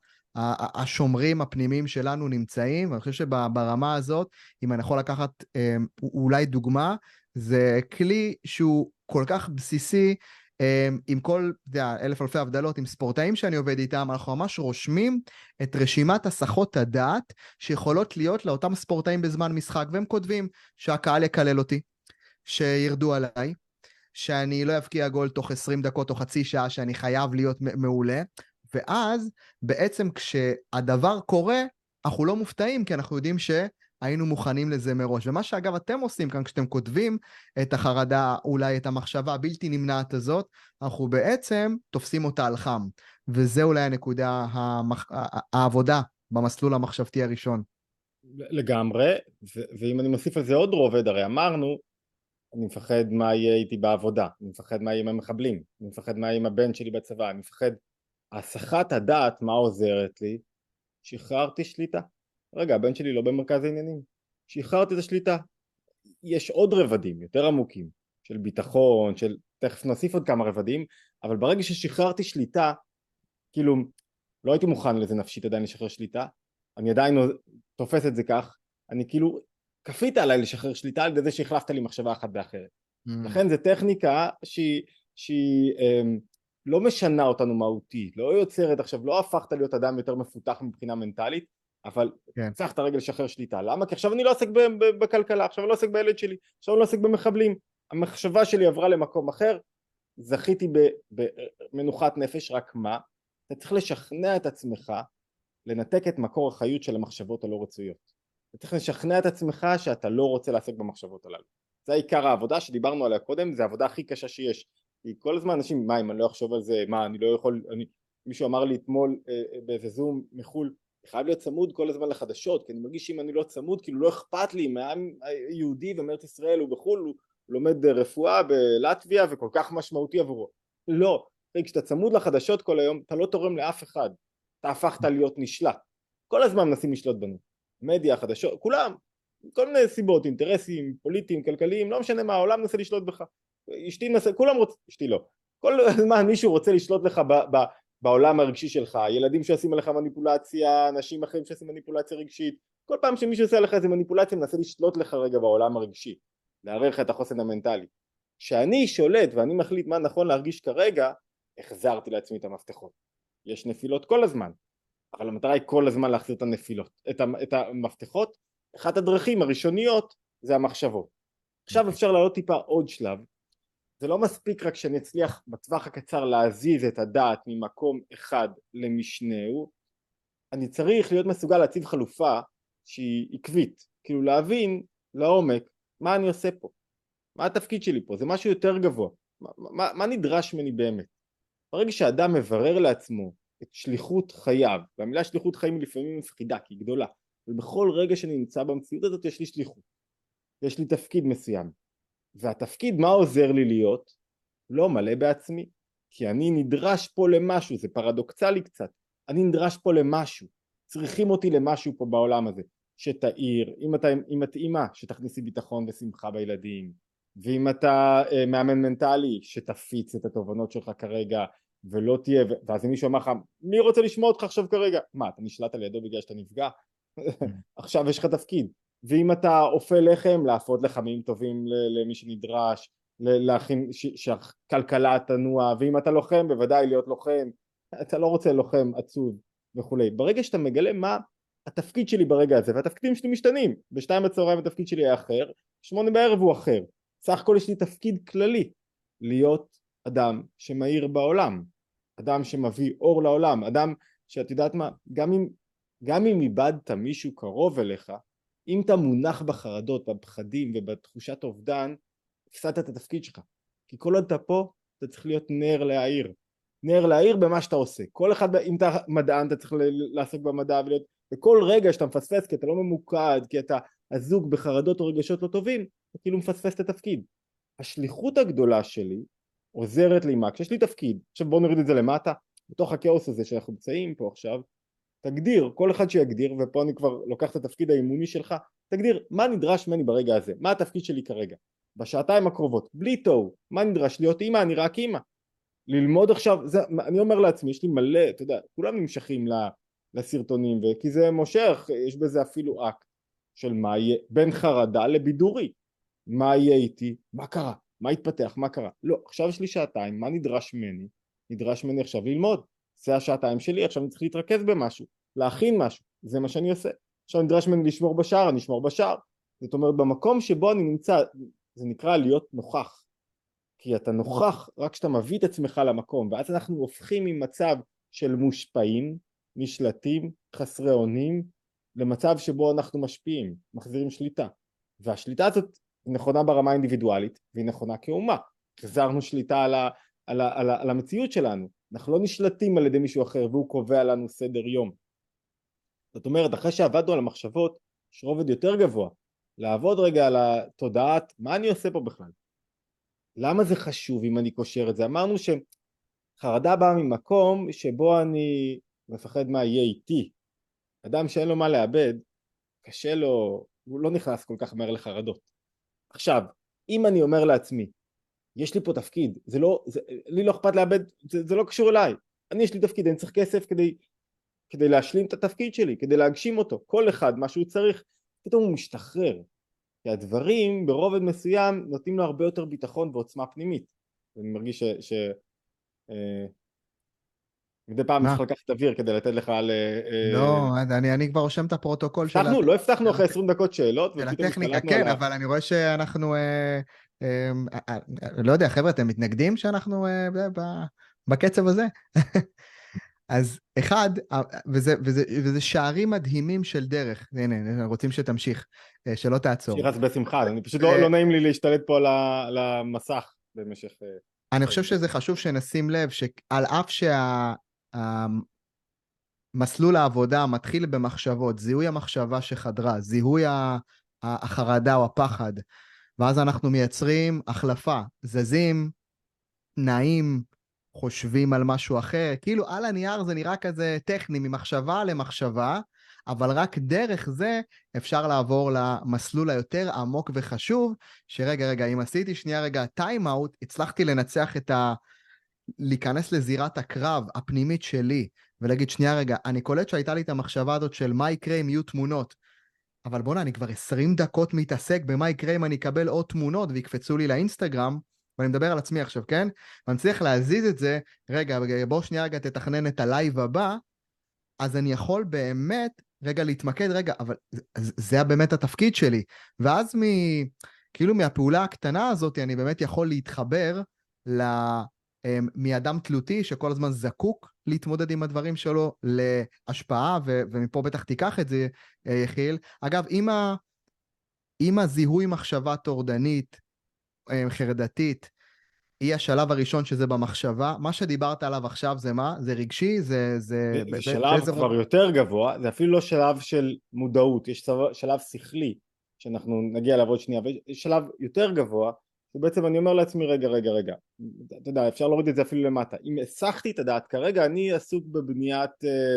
השומרים הפנימיים שלנו נמצאים, ואני חושב שברמה הזאת, אם אני יכול לקחת אולי דוגמה, זה כלי שהוא כל כך בסיסי, עם כל, אתה יודע, אלף אלפי הבדלות, עם ספורטאים שאני עובד איתם, אנחנו ממש רושמים את רשימת הסחות הדעת שיכולות להיות לאותם ספורטאים בזמן משחק, והם כותבים שהקהל יקלל אותי, שירדו עליי, שאני לא אבקיע גול תוך 20 דקות או חצי שעה, שאני חייב להיות מעולה, ואז בעצם כשהדבר קורה, אנחנו לא מופתעים, כי אנחנו יודעים שהיינו מוכנים לזה מראש. ומה שאגב אתם עושים כאן, כשאתם כותבים את החרדה, אולי את המחשבה הבלתי נמנעת הזאת, אנחנו בעצם תופסים אותה על חם. וזה אולי הנקודה, העבודה במסלול המחשבתי הראשון. לגמרי, ואם אני מוסיף על זה עוד רובד, הרי אמרנו, אני מפחד מה יהיה איתי בעבודה, אני מפחד מה יהיה עם המחבלים, אני מפחד מה יהיה עם הבן שלי בצבא, אני מפחד, הסחת הדעת מה עוזרת לי? שחררתי שליטה. רגע, הבן שלי לא במרכז העניינים, שחררתי את השליטה. יש עוד רבדים יותר עמוקים של ביטחון, של תכף נוסיף עוד כמה רבדים, אבל ברגע ששחררתי שליטה, כאילו לא הייתי מוכן לזה נפשית עדיין לשחרר שליטה, אני עדיין תופס את זה כך, אני כאילו כפית עליי לשחרר שליטה על ידי זה שהחלפת לי מחשבה אחת באחרת. לכן זו טכניקה שהיא לא משנה אותנו מהותית, לא יוצרת עכשיו, לא הפכת להיות אדם יותר מפותח מבחינה מנטלית, אבל צריך רגע לשחרר שליטה. למה? כי עכשיו אני לא עוסק בכלכלה, עכשיו אני לא עוסק בילד שלי, עכשיו אני לא עוסק במחבלים, המחשבה שלי עברה למקום אחר, זכיתי במנוחת נפש. רק מה? אתה צריך לשכנע את עצמך לנתק את מקור החיות של המחשבות הלא רצויות. אתה צריך לשכנע את עצמך שאתה לא רוצה לעסק במחשבות הללו. זה העיקר העבודה שדיברנו עליה קודם, זה העבודה הכי קשה שיש. כי כל הזמן אנשים, מה אם אני לא אחשוב על זה, מה אני לא יכול, מישהו אמר לי אתמול באיזה זום מחול, חייב להיות צמוד כל הזמן לחדשות, כי אני מרגיש שאם אני לא צמוד, כאילו לא אכפת לי מהעם היהודי ומארץ ישראל, הוא בחול, הוא לומד רפואה בלטביה וכל כך משמעותי עבורו. לא, כשאתה צמוד לחדשות כל היום, אתה לא תורם לאף אחד, אתה הפכת להיות נשלט. כל הזמן מנסים לשלוט בנו, מדיה, חדשות, כולם, כל מיני סיבות, אינטרסים, פוליטיים, כלכליים, לא משנה מה, העולם מנסה לשלוט בך. אשתי מנסה, כולם רוצים, אשתי לא. כל הזמן מישהו רוצה לשלוט לך בעולם הרגשי שלך, ילדים שעושים עליך מניפולציה, אנשים אחרים שעושים מניפולציה רגשית, כל פעם שמישהו עושה עליך איזה מניפולציה מנסה לשלוט לך רגע בעולם הרגשי, לערער לך את החוסן המנטלי. כשאני שולט ואני מחליט מה נכון להרגיש כרגע, החזרתי לעצמי את המפתחות. יש נפילות כל הזמן, אבל המטרה היא כל הזמן להחזיר את הנפילות, את המפתחות. אחת הדרכים הראשוניות זה המחשבות. עכשיו אפשר לעלות טיפה עוד שלב. זה לא מספיק רק שאני אצליח בטווח הקצר להזיז את הדעת ממקום אחד למשנהו, אני צריך להיות מסוגל להציב חלופה שהיא עקבית, כאילו להבין לעומק מה אני עושה פה, מה התפקיד שלי פה, זה משהו יותר גבוה, מה נדרש ממני באמת. ברגע שאדם מברר לעצמו את שליחות חייו, והמילה שליחות חיים היא לפעמים מפחידה כי היא גדולה, אבל בכל רגע שאני נמצא במציאות הזאת יש לי שליחות, יש לי תפקיד מסוים, והתפקיד מה עוזר לי להיות? לא מלא בעצמי, כי אני נדרש פה למשהו, זה פרדוקסלי קצת, אני נדרש פה למשהו, צריכים אותי למשהו פה בעולם הזה, שתאיר, אם את אימא שתכניסי ביטחון ושמחה בילדים, ואם אתה מאמן מנטלי שתפיץ את התובנות שלך כרגע ולא תהיה, ואז אם מישהו אמר לך מי רוצה לשמוע אותך עכשיו כרגע, מה אתה נשלט על ידו בגלל שאתה נפגע? עכשיו יש לך תפקיד. ואם אתה אופה לחם, להפות לחמים טובים למי שנדרש, להכין שהכלכלה תנוע, ואם אתה לוחם בוודאי להיות לוחם, אתה לא רוצה לוחם עצוב וכולי. ברגע שאתה מגלה מה התפקיד שלי ברגע הזה, והתפקידים שלי משתנים, בשתיים בצהריים התפקיד שלי היה אחר, 8 בערב הוא אחר, סך הכל יש לי תפקיד כללי, להיות אדם שמאיר בעולם, אדם שמביא אור לעולם, אדם שאת יודעת מה, גם אם איבדת מישהו קרוב אליך, אם אתה מונח בחרדות, בפחדים ובתחושת אובדן, הפסדת את התפקיד שלך. כי כל עוד אתה פה, אתה צריך להיות נר להאיר. נר להאיר במה שאתה עושה. כל אחד, אם אתה מדען, אתה צריך לעסוק במדע, וכל רגע שאתה מפספס, כי אתה לא ממוקד, כי אתה אזוק בחרדות או רגשות לא טובים, אתה כאילו מפספס את התפקיד. השליחות הגדולה שלי, עוזרת לי מה? כשיש לי תפקיד, עכשיו בואו נוריד את זה למטה, בתוך הכאוס הזה שאנחנו נמצאים פה עכשיו, תגדיר, כל אחד שיגדיר, ופה אני כבר לוקח את התפקיד האימוני שלך, תגדיר מה נדרש ממני ברגע הזה, מה התפקיד שלי כרגע, בשעתיים הקרובות, בלי תוהו, מה נדרש להיות אימא, אני רק אימא, ללמוד עכשיו, אני אומר לעצמי, יש לי מלא, אתה יודע, כולם נמשכים לסרטונים, כי זה מושך, יש בזה אפילו אקט של מה יהיה, בין חרדה לבידורי, מה יהיה איתי, מה קרה, מה התפתח, מה קרה, לא, עכשיו יש לי שעתיים, מה נדרש ממני? נדרש ממני עכשיו ללמוד, זה השעתיים שלי, עכשיו אני צריך להתרכז במשהו, להכין משהו, זה מה שאני עושה, עכשיו נדרש ממני לשמור בשער, אני אשמור בשער, זאת אומרת במקום שבו אני נמצא, זה נקרא להיות נוכח, כי אתה נוכח רק כשאתה מביא את עצמך למקום, ואז אנחנו הופכים ממצב של מושפעים, נשלטים, חסרי אונים, למצב שבו אנחנו משפיעים, מחזירים שליטה, והשליטה הזאת היא נכונה ברמה האינדיבידואלית, והיא נכונה כאומה, החזרנו שליטה על המציאות שלנו, אנחנו לא נשלטים על ידי מישהו אחר, והוא קובע לנו סדר יום. זאת אומרת, אחרי שעבדנו על המחשבות, יש רובד יותר גבוה, לעבוד רגע על התודעת, מה אני עושה פה בכלל? למה זה חשוב אם אני קושר את זה? אמרנו שחרדה באה ממקום שבו אני מפחד מה יהיה איתי. אדם שאין לו מה לאבד, קשה לו, הוא לא נכנס כל כך מהר לחרדות. עכשיו, אם אני אומר לעצמי, יש לי פה תפקיד, לי לא אכפת לאבד, זה לא קשור אליי. יש לי תפקיד, אני צריך כסף כדי להשלים את התפקיד שלי, כדי להגשים אותו. כל אחד, מה שהוא צריך, פתאום הוא משתחרר. כי הדברים ברובד מסוים נותנים לו הרבה יותר ביטחון ועוצמה פנימית. אני מרגיש מדי פעם מה? צריך לקחת אוויר כדי לתת לך לא, אני כבר רושם את הפרוטוקול לא הבטחנו אחרי 20 דקות שאלות של ופתאום הטכניקה, השתלטנו על כן, אבל אני רואה שאנחנו, לא יודע, חבר'ה, אתם מתנגדים שאנחנו בקצב הזה? אז אחד, וזה שערים מדהימים של דרך, הנה, רוצים שתמשיך, שלא תעצור. שירס בשמחה, אני פשוט לא נעים לי להשתלט פה על המסך במשך... אני חושב שזה חשוב שנשים לב שעל אף מסלול העבודה מתחיל במחשבות, זיהוי המחשבה שחדרה, זיהוי החרדה או הפחד, ואז אנחנו מייצרים החלפה, זזים, נעים, חושבים על משהו אחר, כאילו על הנייר זה נראה כזה טכני, ממחשבה למחשבה, אבל רק דרך זה אפשר לעבור למסלול היותר עמוק וחשוב, שרגע, אם עשיתי שנייה רגע טיים אאוט, הצלחתי לנצח להיכנס לזירת הקרב הפנימית שלי, ולהגיד שנייה רגע, אני קולט שהייתה לי את המחשבה הזאת של מה יקרה אם יהיו תמונות, אבל בוא'נה, אני כבר 20 דקות מתעסק במה יקרה אם אני אקבל עוד תמונות ויקפצו לי לאינסטגרם, ואני מדבר על עצמי עכשיו, כן? ואני צריך להזיז את זה, רגע, בוא שנייה רגע תתכנן את הלייב הבא, אז אני יכול באמת, רגע להתמקד, רגע, אבל זה באמת התפקיד שלי, ואז כאילו מהפעולה הקטנה הזאת, אני באמת יכול להתחבר מאדם תלותי שכל הזמן זקוק להתמודד עם הדברים שלו להשפעה, ומפה בטח תיקח את זה, יחיל. אגב, אם הזיהוי מחשבה טורדנית, חרדתית, היא השלב הראשון שזה במחשבה, מה שדיברת עליו עכשיו זה מה? זה רגשי? זה שלב כבר יותר גבוה, זה אפילו לא שלב של מודעות, יש שלב שכלי, שאנחנו נגיע אליו עוד שנייה, ויש שלב יותר גבוה, ובעצם אני אומר לעצמי רגע, אתה יודע, אפשר להוריד את זה אפילו למטה, אם הסחתי את הדעת, כרגע אני עסוק בבניית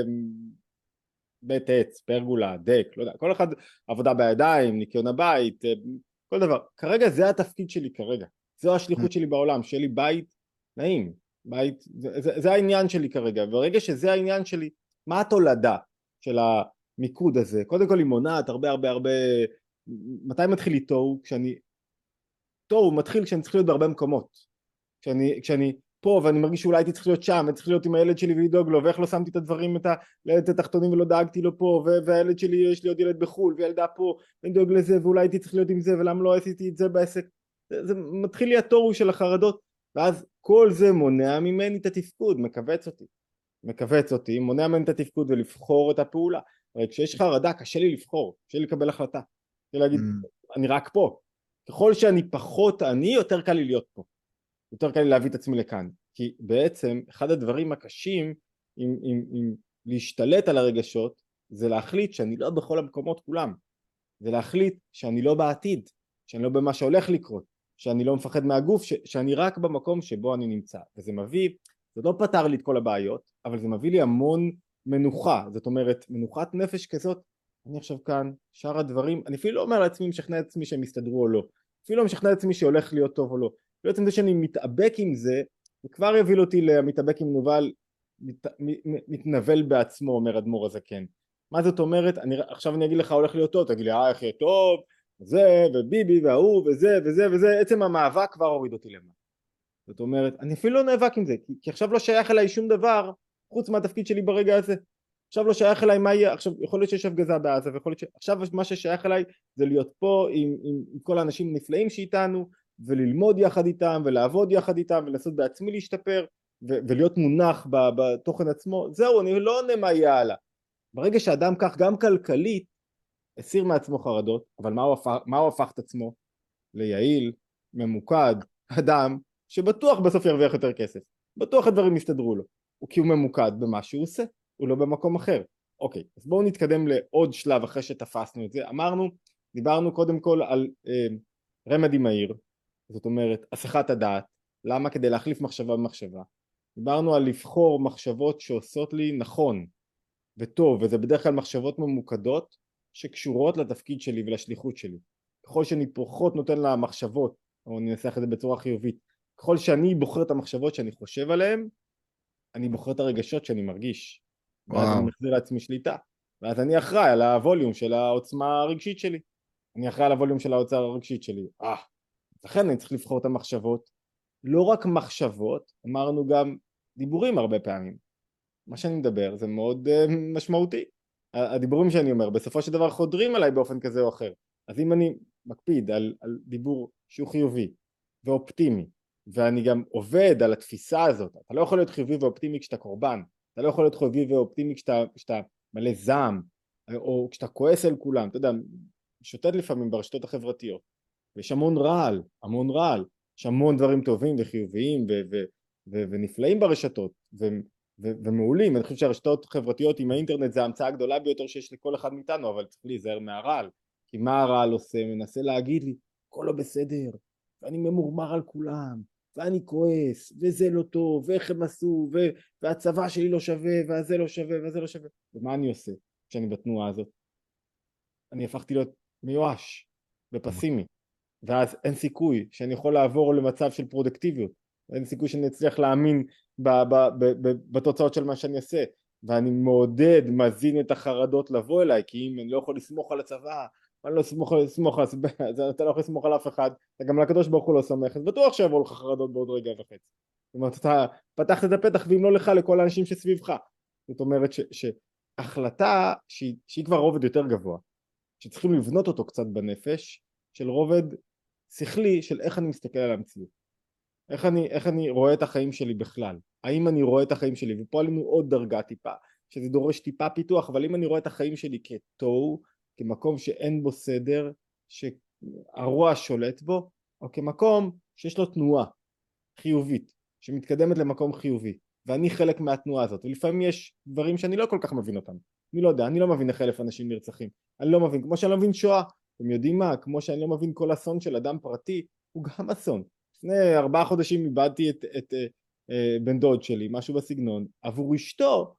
בית עץ, פרגולה, דק, לא יודע, כל אחד עבודה בידיים, ניקיון הבית, כל דבר, כרגע זה התפקיד שלי כרגע, זו השליחות שלי בעולם, שיהיה לי בית נעים, בית, זה העניין שלי כרגע, וברגע שזה העניין שלי, מה התולדה של המיקוד הזה? קודם כל היא מונעת הרבה, מתי מתחיל לי תוהו? תוהו מתחיל כשאני צריך להיות בהרבה מקומות, כשאני פה ואני מרגיש שאולי הייתי צריך להיות שם, אני צריך להיות עם הילד שלי ולדאוג לו, ואיך לא שמתי את הדברים, את התחתונים ולא דאגתי לו פה, והילד שלי, יש לי עוד ילד בחול, וילדה פה, ואני דואג לזה, ואולי הייתי צריך להיות עם זה, ולמה לא עשיתי את זה בעסק, זה מתחיל לי התוהו של החרדות, ואז כל זה מונע ממני את התפקוד, מכווץ אותי, מונע ממני את התפקוד ולבחור את הפעולה. הרי כשיש חרדה קשה לי לבחור, קשה לי לקבל החלטה, קשה להגיד אני רק פה, ככל שאני פחות יותר קל לי להיות פה, יותר קל לי להביא את עצמי לכאן, כי בעצם אחד הדברים הקשים עם להשתלט על הרגשות זה להחליט שאני לא בכל המקומות כולם, זה להחליט שאני לא בעתיד, שאני לא במה שהולך לקרות, שאני לא מפחד מהגוף, שאני רק במקום שבו אני נמצא, וזה מביא, זה לא פתר לי את כל הבעיות, אבל זה מביא לי המון מנוחה, זאת אומרת מנוחת נפש כזאת, אני עכשיו כאן, שאר הדברים, אני אפילו לא אומר לעצמי, משכנע את עצמי שהם יסתדרו או לא, אפילו לא משכנע את עצמי שהולך להיות טוב או לא, בעצם זה שאני מתאבק עם זה, זה כבר יוביל אותי למתאבק עם נובל, מתנבל בעצמו, אומר אדמו"ר הזקן. מה זאת אומרת? עכשיו אני אגיד לך הולך להיות טוב, תגיד לי איך יהיה טוב, זה וביבי וההוא וזה וזה וזה, עצם המאבק כבר הוריד אותי למעלה. זאת אומרת, אני אפילו לא נאבק עם זה, כי עכשיו לא שייך אליי שום דבר, חוץ מהתפקיד שלי ברגע הזה. עכשיו לא שייך אליי מה יהיה, עכשיו יכול להיות שיש הפגזה בעזה, ויכול להיות עכשיו מה ששייך אליי זה להיות פה עם כל האנשים הנפלאים שאיתנו, וללמוד יחד איתם, ולעבוד יחד איתם, ולנסות בעצמי להשתפר, ולהיות מונח בתוכן עצמו. זהו, אני לא עונה מה יהיה הלאה. ברגע שאדם כך גם כלכלית, הסיר מעצמו חרדות, אבל מה הוא הפך את עצמו? ליעיל, ממוקד, אדם שבטוח בסוף ירוויח יותר כסף, בטוח הדברים יסתדרו לו, כי הוא ממוקד במה שהוא עושה, הוא לא במקום אחר. אוקיי, אז בואו נתקדם לעוד שלב אחרי שתפסנו את זה. דיברנו קודם כל על רמדי מהיר, זאת אומרת הסחת הדעת. למה? כדי להחליף מחשבה במחשבה. דיברנו על לבחור מחשבות שעושות לי נכון וטוב, וזה בדרך כלל מחשבות ממוקדות שקשורות לתפקיד שלי ולשליחות שלי. ככל שאני פחות נותן לה מחשבות, או אני אנסח את זה בצורה חיובית, ככל שאני בוחר את המחשבות שאני חושב עליהן, אני בוחר את הרגשות שאני מרגיש, ואז אני מחזיר לעצמי שליטה, ואז אני אחראי על הווליום של העוצמה הרגשית שלי, אני אחראי על הווליום של העוצמה הרגשית שלי. לכן אני צריך לבחור את המחשבות, לא רק מחשבות, אמרנו גם דיבורים הרבה פעמים. מה שאני מדבר זה מאוד משמעותי. הדיבורים שאני אומר בסופו של דבר חודרים עליי באופן כזה או אחר. אז אם אני מקפיד על דיבור שהוא חיובי ואופטימי, ואני גם עובד על התפיסה הזאת, אתה לא יכול להיות חיובי ואופטימי כשאתה קורבן, אתה לא יכול להיות חיובי ואופטימי כשאתה מלא זעם, או כשאתה כועס על כולם, אתה יודע, שוטט לפעמים ברשתות החברתיות, ויש המון רעל, יש המון דברים טובים וחיוביים ונפלאים ברשתות, ומעולים. אני חושב שהרשתות חברתיות עם האינטרנט זה ההמצאה הגדולה ביותר שיש לכל אחד מאיתנו, אבל צריך להיזהר מהרעל, כי מה הרעל עושה? מנסה להגיד לי הכל לא בסדר, ואני ממורמר על כולם, ואני כועס, וזה לא טוב, ואיך הם עשו, והצבא שלי לא שווה, וזה לא שווה, וזה לא שווה. ומה אני עושה כשאני בתנועה הזאת? אני הפכתי להיות מיואש ופסימי, ואז אין סיכוי שאני יכול לעבור למצב של פרודקטיביות, אין סיכוי שאני אצליח להאמין בתוצאות של מה שאני אעשה, ואני מעודד, מזין את החרדות לבוא אליי, כי אם אני לא יכול לסמוך על הצבא, אני לא סמוך על הצבא, אתה לא יכול לסמוך על אף אחד, אתה גם לקדוש ברוך הוא לא סומך, אז בטוח שיבוא לך חרדות בעוד רגע וחצי. זאת אומרת, אתה פתחת את הפתח, ואם לא לך, לכל האנשים שסביבך. זאת אומרת שהחלטה שהיא כבר רובד יותר גבוה, שצריכים לבנות אותו קצת בנפש, של רובד שכלי של איך אני מסתכל על המציאות, איך אני רואה את החיים שלי בכלל, האם אני רואה את החיים שלי, ופה עלינו עוד דרגה טיפה, שזה דורש טיפה פיתוח, אבל אם אני רואה את החיים שלי כתוהו, כמקום שאין בו סדר, שהרוע שולט בו, או כמקום שיש לו תנועה חיובית, שמתקדמת למקום חיובי, ואני חלק מהתנועה הזאת, ולפעמים יש דברים שאני לא כל כך מבין אותם, אני לא יודע, אני לא מבין איך 1,000 אנשים נרצחים, אני לא מבין, כמו שאני לא מבין שואה, אתם יודעים מה, כמו שאני לא מבין כל אסון של אדם פרטי, הוא גם אסון. לפני 4 חודשים איבדתי את בן דוד שלי, משהו בסגנון, עבור אשתו,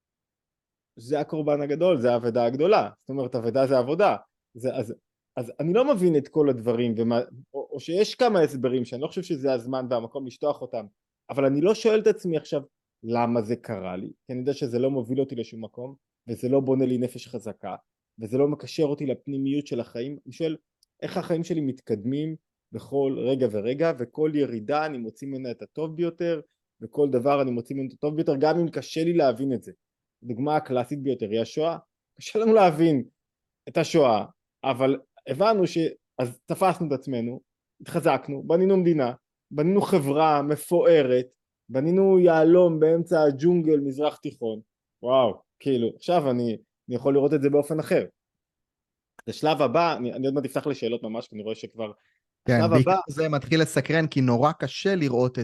זה הקורבן הגדול, זה העבודה הגדולה, זאת אומרת, עבודה זה עבודה, אז אני לא מבין את כל הדברים, או שיש כמה הסברים שאני לא חושב שזה הזמן והמקום לשטוח אותם, אבל אני לא שואל את עצמי עכשיו, למה זה קרה לי, כי אני יודע שזה לא מוביל אותי לשום מקום, וזה לא בונה לי נפש חזקה, וזה לא מקשר אותי לפנימיות של החיים. אני שואל איך החיים שלי מתקדמים בכל רגע ורגע, וכל ירידה אני מוציא ממנה את הטוב ביותר, וכל דבר אני מוציא ממנו את הטוב ביותר, גם אם קשה לי להבין את זה. הדוגמה הקלאסית ביותר היא השואה. קשה לנו להבין את השואה, אבל הבנו אז תפסנו את עצמנו, התחזקנו, בנינו מדינה, בנינו חברה מפוארת, בנינו יעלום באמצע הג'ונגל מזרח תיכון. וואו, כאילו, עכשיו אני יכול לראות את זה באופן אחר. השלב הבא, אני עוד מעט אפתח לשאלות ממש, כי אני רואה שכבר... כן, השלב בעיקר הבא... זה מתחיל לסקרן, כי נורא קשה לראות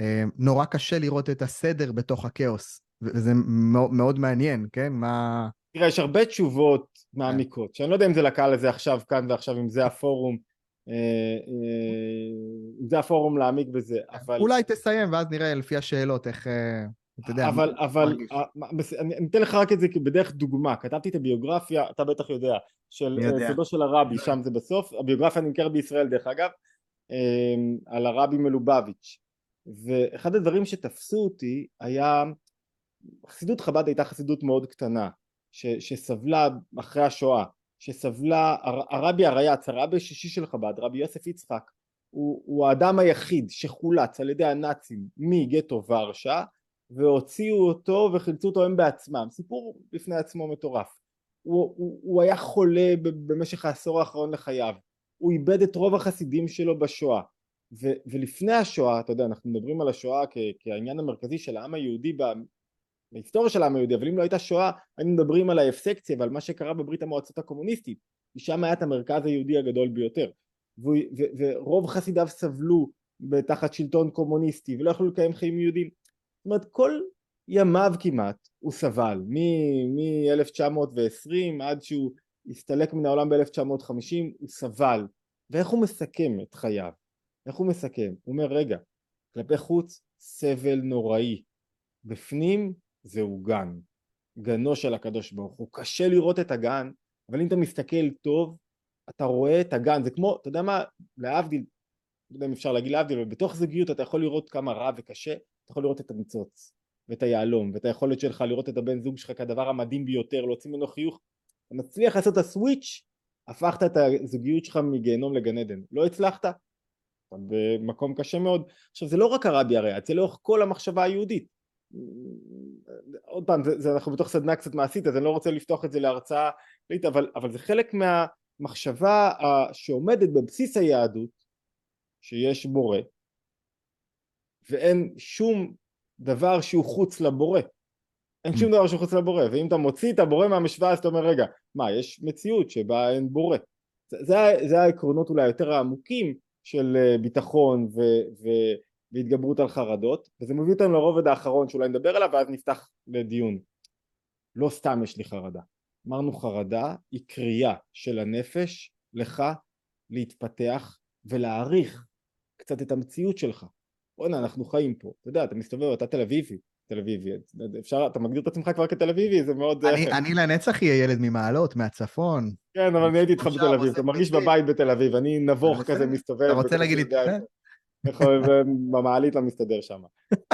נורא קשה לראות את הסדר בתוך הכאוס, וזה מאוד, מאוד מעניין, כן? תראה, יש הרבה תשובות מעמיקות, שאני לא יודע אם זה לקהל הזה עכשיו כאן ועכשיו, אם זה הפורום, אם זה הפורום להעמיק בזה, אבל אולי תסיים ואז נראה לפי השאלות איך, אתה יודע, מה אתה מרגיש. אני אתן לך רק את זה בדרך דוגמה. כתבתי את הביוגרפיה, אתה בטח יודע, של אני יודע. סודו של הרבי, שם זה בסוף, הביוגרפיה נמכרת בישראל דרך אגב, על הרבי מלובביץ', ואחד הדברים שתפסו אותי היה, חסידות חב"ד הייתה חסידות מאוד קטנה, שסבלה אחרי השואה, שסבלה, הרבי הריי"צ, הרבי השישי של חב"ד, רבי יוסף יצחק, הוא האדם היחיד שחולץ על ידי הנאצים מגטו ורשה, והוציאו אותו וחילצו אותו הם בעצמם, סיפור בפני עצמו מטורף. הוא היה חולה במשך העשור האחרון לחייו, הוא איבד את רוב החסידים שלו בשואה, ולפני השואה, אתה יודע, אנחנו מדברים על השואה כעניין המרכזי של העם היהודי בהיסטוריה של העם היהודי, אבל אם לא הייתה שואה היינו מדברים על האפסקציה ועל מה שקרה בברית המועצות הקומוניסטית, ושם היה את המרכז היהודי הגדול ביותר, ורוב חסידיו סבלו תחת שלטון קומוניסטי ולא יכלו לקיים חיים יהודים. זאת אומרת, כל ימיו כמעט הוא סבל, מ-1920 עד שהוא הסתלק מן העולם ב-1950 הוא סבל. ואיך הוא מסכם את חייו? איך הוא מסכם? הוא אומר, רגע, כלפי חוץ סבל נוראי, בפנים זהו גן, גנו של הקדוש ברוך הוא. קשה לראות את הגן, אבל אם אתה מסתכל טוב אתה רואה את הגן. זה כמו, אתה יודע מה, להבדיל, לא יודע אם אפשר להגיד להבדיל, אבל בתוך זוגיות אתה יכול לראות כמה רע וקשה, אתה יכול לראות את הניצוץ ואת היעלום ואת היכולת שלך לראות את הבן זוג שלך כדבר המדהים ביותר, להוציא ממנו חיוך. אתה מצליח לעשות את הסוויץ', הפכת את הזוגיות שלך מגיהנום לגן עדן. לא הצלחת, אתה במקום קשה מאוד. עכשיו זה לא רק הרבי הריי"צ, זה לאורך כל המחשבה היהודית. עוד פעם, אנחנו בתוך סדנה קצת מעשית, אז אני לא רוצה לפתוח את זה להרצאה, אבל זה חלק מהמחשבה שעומדת בבסיס היהדות, שיש בורא, ואין שום דבר שהוא חוץ לבורא. אין שום דבר שהוא חוץ לבורא, ואם אתה מוציא את הבורא מהמשוואה, אז אתה אומר, רגע, מה, יש מציאות שבה אין בורא. זה העקרונות אולי יותר העמוקים של ביטחון והתגברות על חרדות, וזה מביא אותנו לרובד האחרון שאולי נדבר עליו, ואז נפתח לדיון. לא סתם יש לי חרדה. אמרנו, חרדה היא קריאה של הנפש לך להתפתח ולהעריך קצת את המציאות שלך. בוא'נה, אנחנו חיים פה, אתה יודע, אתה מסתובב, אתה תל אביבי, אפשר, אתה מגדיר את עצמך כבר כתל אביבי, זה מאוד... אני לנצח יהיה ילד ממעלות, מהצפון. כן, אבל אני הייתי איתך בתל אביב, אתה מרגיש בבית בתל אביב, אני נבוך כזה מסתובב. אתה רוצה להגיד לי, במעלית לא מסתדר שם.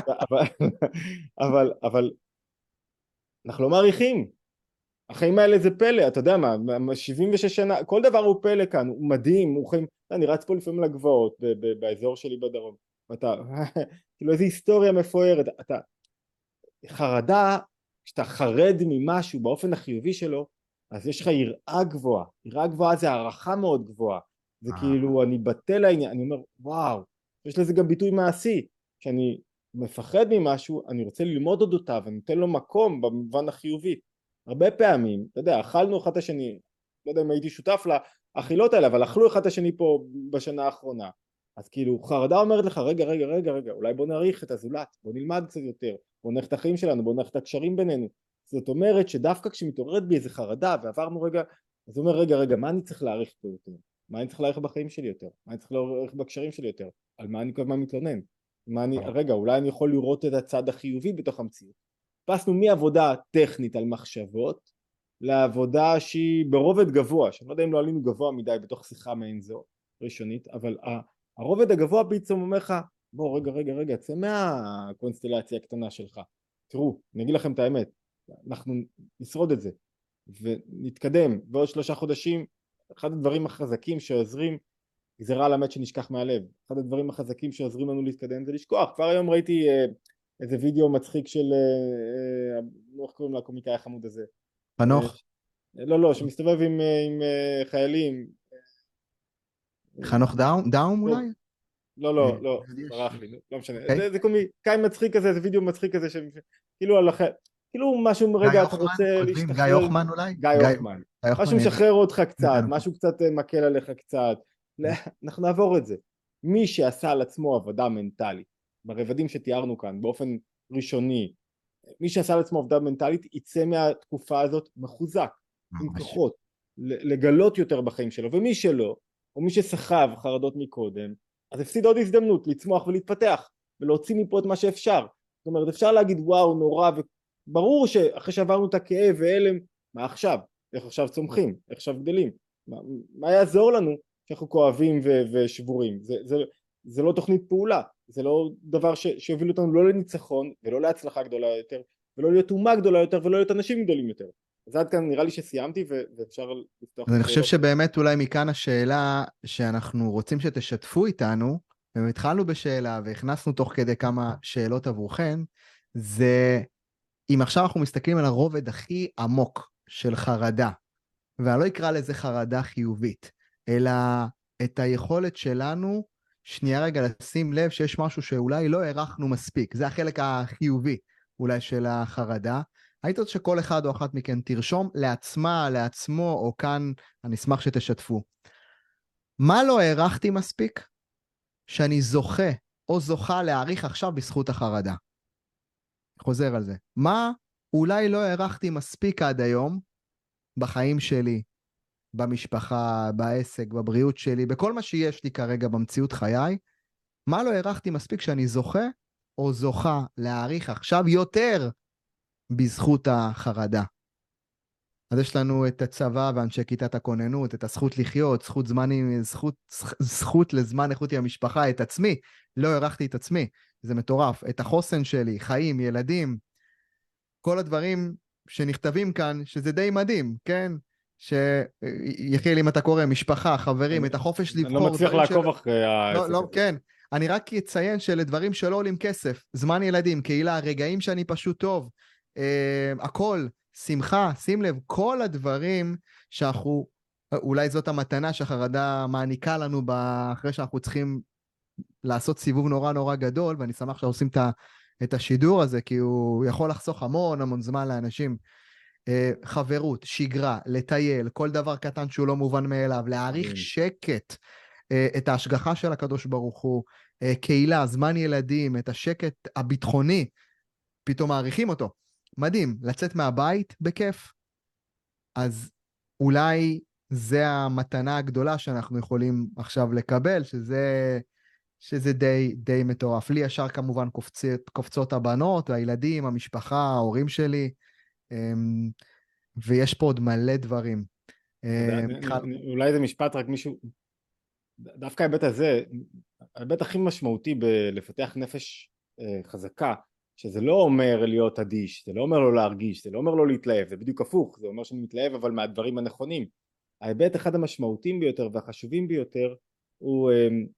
אבל אנחנו לא מעריכים, החיים האלה זה פלא, אתה יודע מה, 76 שנה, כל דבר הוא פלא כאן, הוא מדהים, הוא חיים, אני רץ פה לפעמים לגבעות, באזור שלי בדרום, ואתה, כאילו איזו היסטוריה מפוארת, אתה, חרדה, כשאתה חרד ממשהו באופן החיובי שלו, אז יש לך יראה גבוהה, יראה גבוהה זה הערכה מאוד גבוהה, זה כאילו אני בטל העניין, אני אומר וואו, יש לזה גם ביטוי מעשי, כשאני מפחד ממשהו, אני רוצה ללמוד אודותיו, אני נותן לו מקום במובן החיובי. הרבה פעמים, אתה יודע, אכלנו אחד השני, לא יודע אם הייתי שותף לאכילות האלה, אבל אכלו אחד השני פה בשנה האחרונה, אז כאילו חרדה אומרת לך, רגע, אולי בוא נעריך את הזולת, בוא נלמד קצת יותר, בוא נעריך את החיים שלנו, בוא נעריך את הקשרים בינינו. זאת אומרת שדווקא כשמתעוררת בי איזה חרדה ועברנו רגע, אז הוא אומר רגע, מה אני צריך להעריך פה יותר? מה אני צריך להעריך בחיים שלי יותר? מה אני צריך להעריך בקשרים שלי יותר? על מה אני כל הזמן מתלונן? רגע, אולי אני יכול לראות את הצד החיובי בתוך המציאות. פסנו מעבודה טכנית על מחשבות לעבודה שהיא ברובד גבוה, שאני לא יודע אם לא עלינו גבוה מדי בתוך שיחה מעין זו ראשונית, אבל הרובד הגבוה בעצם אומר לך, בוא רגע, צא מהקונסטלציה הקטנה שלך. תראו, אני אגיד לכם את האמת, אנחנו נשרוד את זה ונתקדם, ועוד 3 חודשים, אחד הדברים החזקים שעוזרים, גזירה על המת שנשכח מהלב, אחד הדברים החזקים שעוזרים לנו להתקדם זה לשכוח. כבר היום ראיתי איזה וידאו מצחיק של, איך קוראים לקומיקאי החמוד הזה? חנוך. לא, שמסתובב עם חיילים. חנוך דאום אולי? לא, ברח לי, לא משנה. זה קומיקאי מצחיק כזה, זה וידאו מצחיק כזה, כאילו על אחר, כאילו משהו רגע אתה רוצה להשתחרר. גיא הוחמן אולי? גיא הוחמן. משהו משחרר אותך קצת, משהו קצת מקל עליך קצת. אנחנו נעבור את זה. מי שעשה על עצמו עבודה מנטלית, ברבדים שתיארנו כאן, באופן ראשוני, מי שעשה לעצמו עבודה מנטלית יצא מהתקופה הזאת מחוזק, עם ממש. כוחות, לגלות יותר בחיים שלו, ומי שלא, או מי שסחב חרדות מקודם, אז הפסיד עוד הזדמנות לצמוח ולהתפתח, ולהוציא מפה את מה שאפשר. זאת אומרת, אפשר להגיד וואו נורא, וברור שאחרי שעברנו את הכאב והלם, מה עכשיו? איך עכשיו צומחים? איך עכשיו גדלים? מה יעזור לנו שאנחנו כואבים ושבורים? זה לא תוכנית פעולה, זה לא דבר שיוביל אותנו לא לניצחון ולא להצלחה גדולה יותר ולא להיות אומה גדולה יותר ולא להיות אנשים גדולים יותר. אז עד כאן נראה לי שסיימתי ואפשר לפתוח אז אני חושב לשאלות. שבאמת אולי מכאן השאלה שאנחנו רוצים שתשתפו איתנו, והתחלנו בשאלה והכנסנו תוך כדי כמה שאלות עבורכם, זה אם עכשיו אנחנו מסתכלים על הרובד הכי עמוק של חרדה, ואני לא אקרא לזה חרדה חיובית, אלא את היכולת שלנו, שנייה רגע לשים לב שיש משהו שאולי לא הערכנו מספיק, זה החלק החיובי אולי של החרדה. הייתי רוצה שכל אחד או אחת מכן תרשום לעצמה, לעצמו, או כאן, אני אשמח שתשתפו. מה לא הערכתי מספיק שאני זוכה או זוכה להעריך עכשיו בזכות החרדה? חוזר על זה. מה אולי לא הערכתי מספיק עד היום בחיים שלי, במשפחה, בעסק, בבריאות שלי, בכל מה שיש לי כרגע במציאות חיי, מה לא הערכתי מספיק שאני זוכה או זוכה להעריך עכשיו יותר בזכות החרדה? אז יש לנו את הצבא ואנשי כיתת הכוננות, את הזכות לחיות, זכות לזמן איכות עם המשפחה, את עצמי, לא הערכתי את עצמי, זה מטורף, את החוסן שלי, חיים, ילדים, כל הדברים שנכתבים כאן, שזה די מדהים, כן? שיחיל, אם אתה קורא, משפחה, חברים, את החופש אני לא לבחור, מצליח דברים של... לעקוב אחרי לא, העסק לא, הזה. כן. אני רק אציין שאלה דברים שלא עולים כסף. זמן ילדים, קהילה, רגעים שאני פשוט טוב, הכל, שמחה, שים לב, כל הדברים שאנחנו, אולי זאת המתנה שהחרדה מעניקה לנו אחרי שאנחנו צריכים לעשות סיבוב נורא נורא גדול, ואני שמח שעושים את השידור הזה, כי הוא יכול לחסוך המון המון זמן לאנשים. חברות, שגרה, לטייל, כל דבר קטן שהוא לא מובן מאליו, להעריך מדהים. שקט, את ההשגחה של הקדוש ברוך הוא, קהילה, זמן ילדים, את השקט הביטחוני, פתאום מעריכים אותו. מדהים, לצאת מהבית בכיף. אז אולי זה המתנה הגדולה שאנחנו יכולים עכשיו לקבל, שזה די מטורף. לי ישר כמובן קופצות הבנות, הילדים, המשפחה, ההורים שלי, ויש פה עוד מלא דברים. אתה יודע, מיכל, אולי זה משפט רק מישהו, דווקא ההיבט הזה, ההיבט הכי משמעותי בלפתח נפש חזקה, שזה לא אומר להיות אדיש, זה לא אומר לא להרגיש, זה לא אומר לא להתלהב, זה בדיוק הפוך, זה אומר שאני מתלהב אבל מהדברים הנכונים. ההיבט אחד המשמעותיים ביותר והחשובים ביותר הוא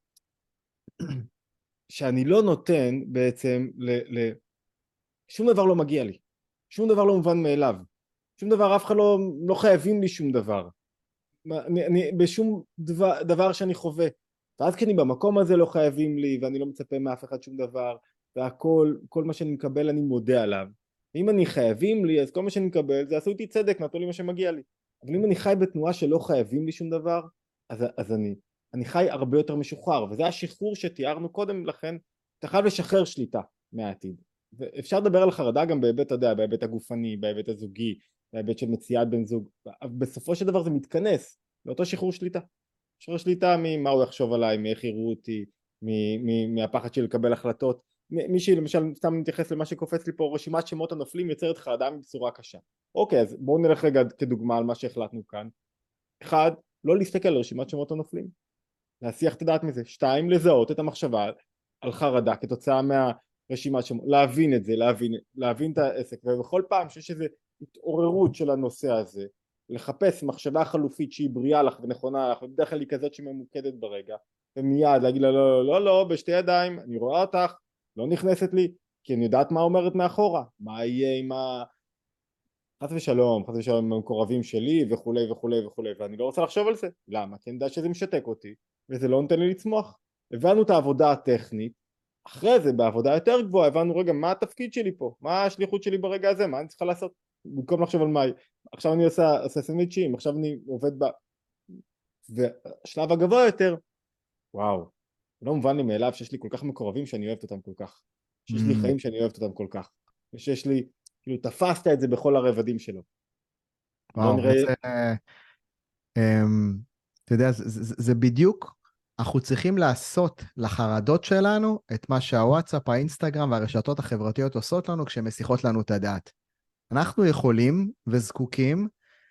שאני לא נותן בעצם שום דבר לא מגיע לי, שום דבר לא מובן מאליו, שום דבר, אף אחד לא חייבים לי שום דבר, אני בשום דבר שאני חווה, ואז כי אני במקום הזה לא חייבים לי ואני לא מצפה מאף אחד שום דבר, והכל, כל מה שאני מקבל אני מודה עליו. ואם אני חייבים לי אז כל מה שאני מקבל זה עשו איתי צדק, נתנו לי מה שמגיע לי. אבל אם אני חי בתנועה שלא חייבים לי שום דבר, אז אני חי הרבה יותר משוחרר, וזה השחרור שתיארנו קודם לכן. אתה חייב לשחרר שליטה מהעתיד, ואפשר לדבר על חרדה גם בהיבט, אתה יודע, בהיבט הגופני, בהיבט הזוגי, בהיבט של מציאת בן זוג. בסופו של דבר זה מתכנס לאותו שחרור שליטה, שחרור שליטה ממה הוא יחשוב עליי, מאיך יראו אותי, מהפחד של לקבל החלטות. מישהי למשל, סתם מתייחס למה שקופץ לי פה, רשימת שמות הנופלים יוצרת חרדה בצורה קשה. אוקיי, אז בואו נלך רגע כדוגמה על מה שהחלטנו כאן. אחד, לא להסתכל על רשימת שמות הנופלים, להסיח את הדעת מזה. שתיים, לזהות את המחשבה על חרדה כתוצאה מהרשימת שמות, להבין את זה, להבין את העסק, ובכל פעם שיש איזו התעוררות של הנושא הזה, לחפש מחשבה חלופית שהיא בריאה לך ונכונה לך, ובדרך כלל היא כזאת שממוקדת ברגע, ומיד להגיד לה לא, לא, לא, בשתי ידיים, אני רואה אותך, לא נכנסת לי, כי אני יודעת מה אומרת מאחורה, מה יהיה עם חס ושלום, חס ושלום עם המקורבים שלי וכולי וכולי וכולי, ואני לא רוצה לחשוב על זה. למה? כי אני יודע שזה משתק אותי וזה לא נותן לי לצמוח. הבנו את העבודה הטכנית, אחרי זה בעבודה יותר גבוהה הבנו רגע מה התפקיד שלי פה, מה השליחות שלי ברגע הזה, מה אני צריכה לעשות, במקום לחשוב על מה, עכשיו אני עושה סנדוויצ'ים, עכשיו אני עובד והשלב הגבוה יותר, וואו, לא מובן לי מאליו שיש לי כל כך מקורבים שאני אוהבת אותם כל כך, שיש לי חיים שאני אוהבת אותם כל כך. ושיש לי, כאילו תפסת את זה בכל הרבדים שלו. בוא וואו, נראה. איזה... אתה יודע, זה בדיוק, אנחנו צריכים לעשות לחרדות שלנו את מה שהוואטסאפ, האינסטגרם והרשתות החברתיות עושות לנו כשהן מסיחות לנו את הדעת. אנחנו יכולים וזקוקים,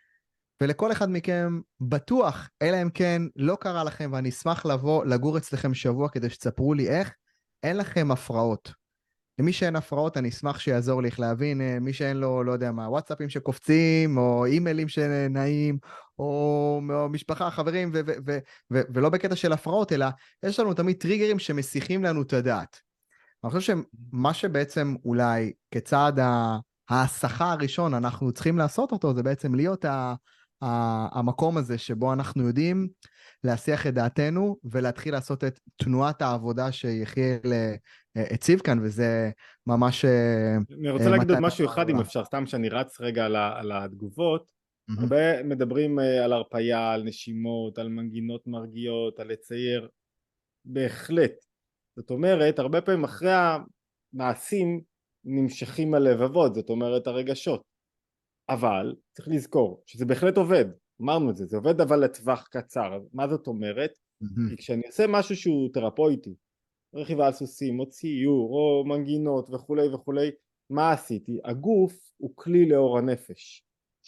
ולכל אחד מכם בטוח, אלא אם כן לא קרה לכם, ואני אשמח לבוא לגור אצלכם שבוע כדי שתספרו לי איך, אין לכם הפרעות. למי שאין הפרעות, אני אשמח שיעזור לי איך להבין, מי שאין לו, לא יודע מה, וואטסאפים שקופצים, או אימיילים שנעים, או משפחה, חברים, ולא בקטע של הפרעות, אלא יש לנו תמיד טריגרים שמסיחים לנו את הדעת. אני חושב שמה שבעצם אולי כצעד ההסחה הראשון אנחנו צריכים לעשות אותו, זה בעצם להיות המקום הזה שבו אנחנו יודעים להסיח את דעתנו ולהתחיל לעשות את תנועת העבודה שיחיאל הציב כאן, וזה ממש אני רוצה להגיד עוד מתנה משהו אחד אם גדולה. אפשר, סתם שאני רץ רגע על התגובות. מהמם. הרבה מדברים על הרפאיה, על נשימות, על מנגינות מרגיעות, על לצייר. בהחלט. זאת אומרת, הרבה פעמים אחרי המעשים נמשכים הלבבות, זאת אומרת הרגשות. אבל צריך לזכור שזה בהחלט עובד, אמרנו את זה, זה עובד אבל לטווח קצר. מה זאת אומרת? מהמם. כי כשאני עושה משהו שהוא תרפויטי, רכיבה על סוסים או ציור או מנגינות וכולי וכולי, מה עשיתי? הגוף הוא כלי לאור הנפש.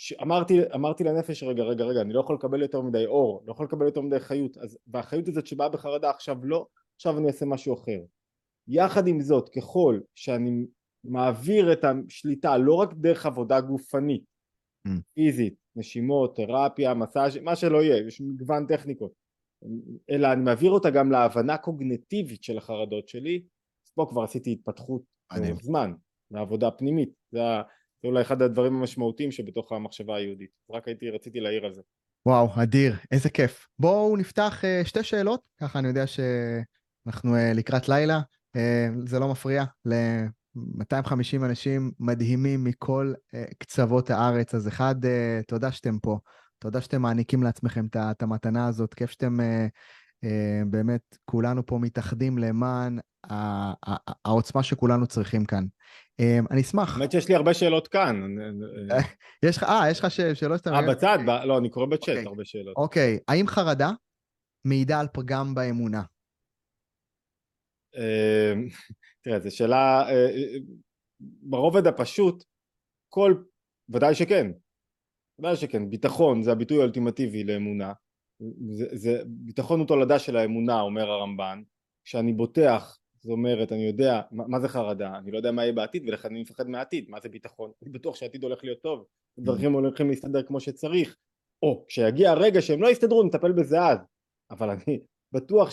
אמרתי לנפש רגע, אני לא יכול לקבל יותר מדי אור, לא יכול לקבל יותר מדי חיות, והחיות הזאת שבאה בחרדה עכשיו לא, עכשיו אני אעשה משהו אחר. יחד עם זאת, ככל שאני מעביר את השליטה לא רק דרך עבודה גופנית, מהמם. פיזית, נשימות, תרפיה, מסאז', מה שלא יהיה, יש מגוון טכניקות, אלא אני מעביר אותה גם להבנה קוגניטיבית של החרדות שלי. אז פה כבר עשיתי התפתחות מדהים. לאורך זמן, לעבודה פנימית. זה אולי אחד הדברים המשמעותיים שבתוך המחשבה היהודית. רק רציתי להעיר על זה. וואו, אדיר, איזה כיף. בואו נפתח שתי שאלות, ככה אני יודע שאנחנו לקראת לילה, זה לא מפריע ל-250 אנשים מדהימים מכל קצוות הארץ. אז אחד, תודה שאתם פה, תודה שאתם מעניקים לעצמכם את המתנה הזאת, כיף שאתם באמת כולנו פה מתאחדים למען העוצמה שכולנו צריכים כאן. אני אשמח. האמת שיש לי הרבה שאלות כאן. יש לך שאלות שאתה... בצד? לא, אני קורא בצ'אט אוקיי. הרבה שאלות. אוקיי, האם חרדה מעידה על פגם באמונה? תראה, זו שאלה, ברובד הפשוט, ודאי שכן, ודאי שכן, ביטחון זה הביטוי האולטימטיבי לאמונה, ביטחון הוא תולדה של האמונה, אומר הרמב"ן. כשאני בוטח, זאת אומרת, אני יודע, מה זה חרדה? אני לא יודע מה יהיה בעתיד, ולכן אני מפחד מהעתיד. מה זה ביטחון? אני בטוח שהעתיד הולך להיות טוב, דברים הולכים להסתדר כמו שצריך, או כשיגיע הרגע שהם לא יסתדרו, נטפל בזה אז. אבל אני בטוח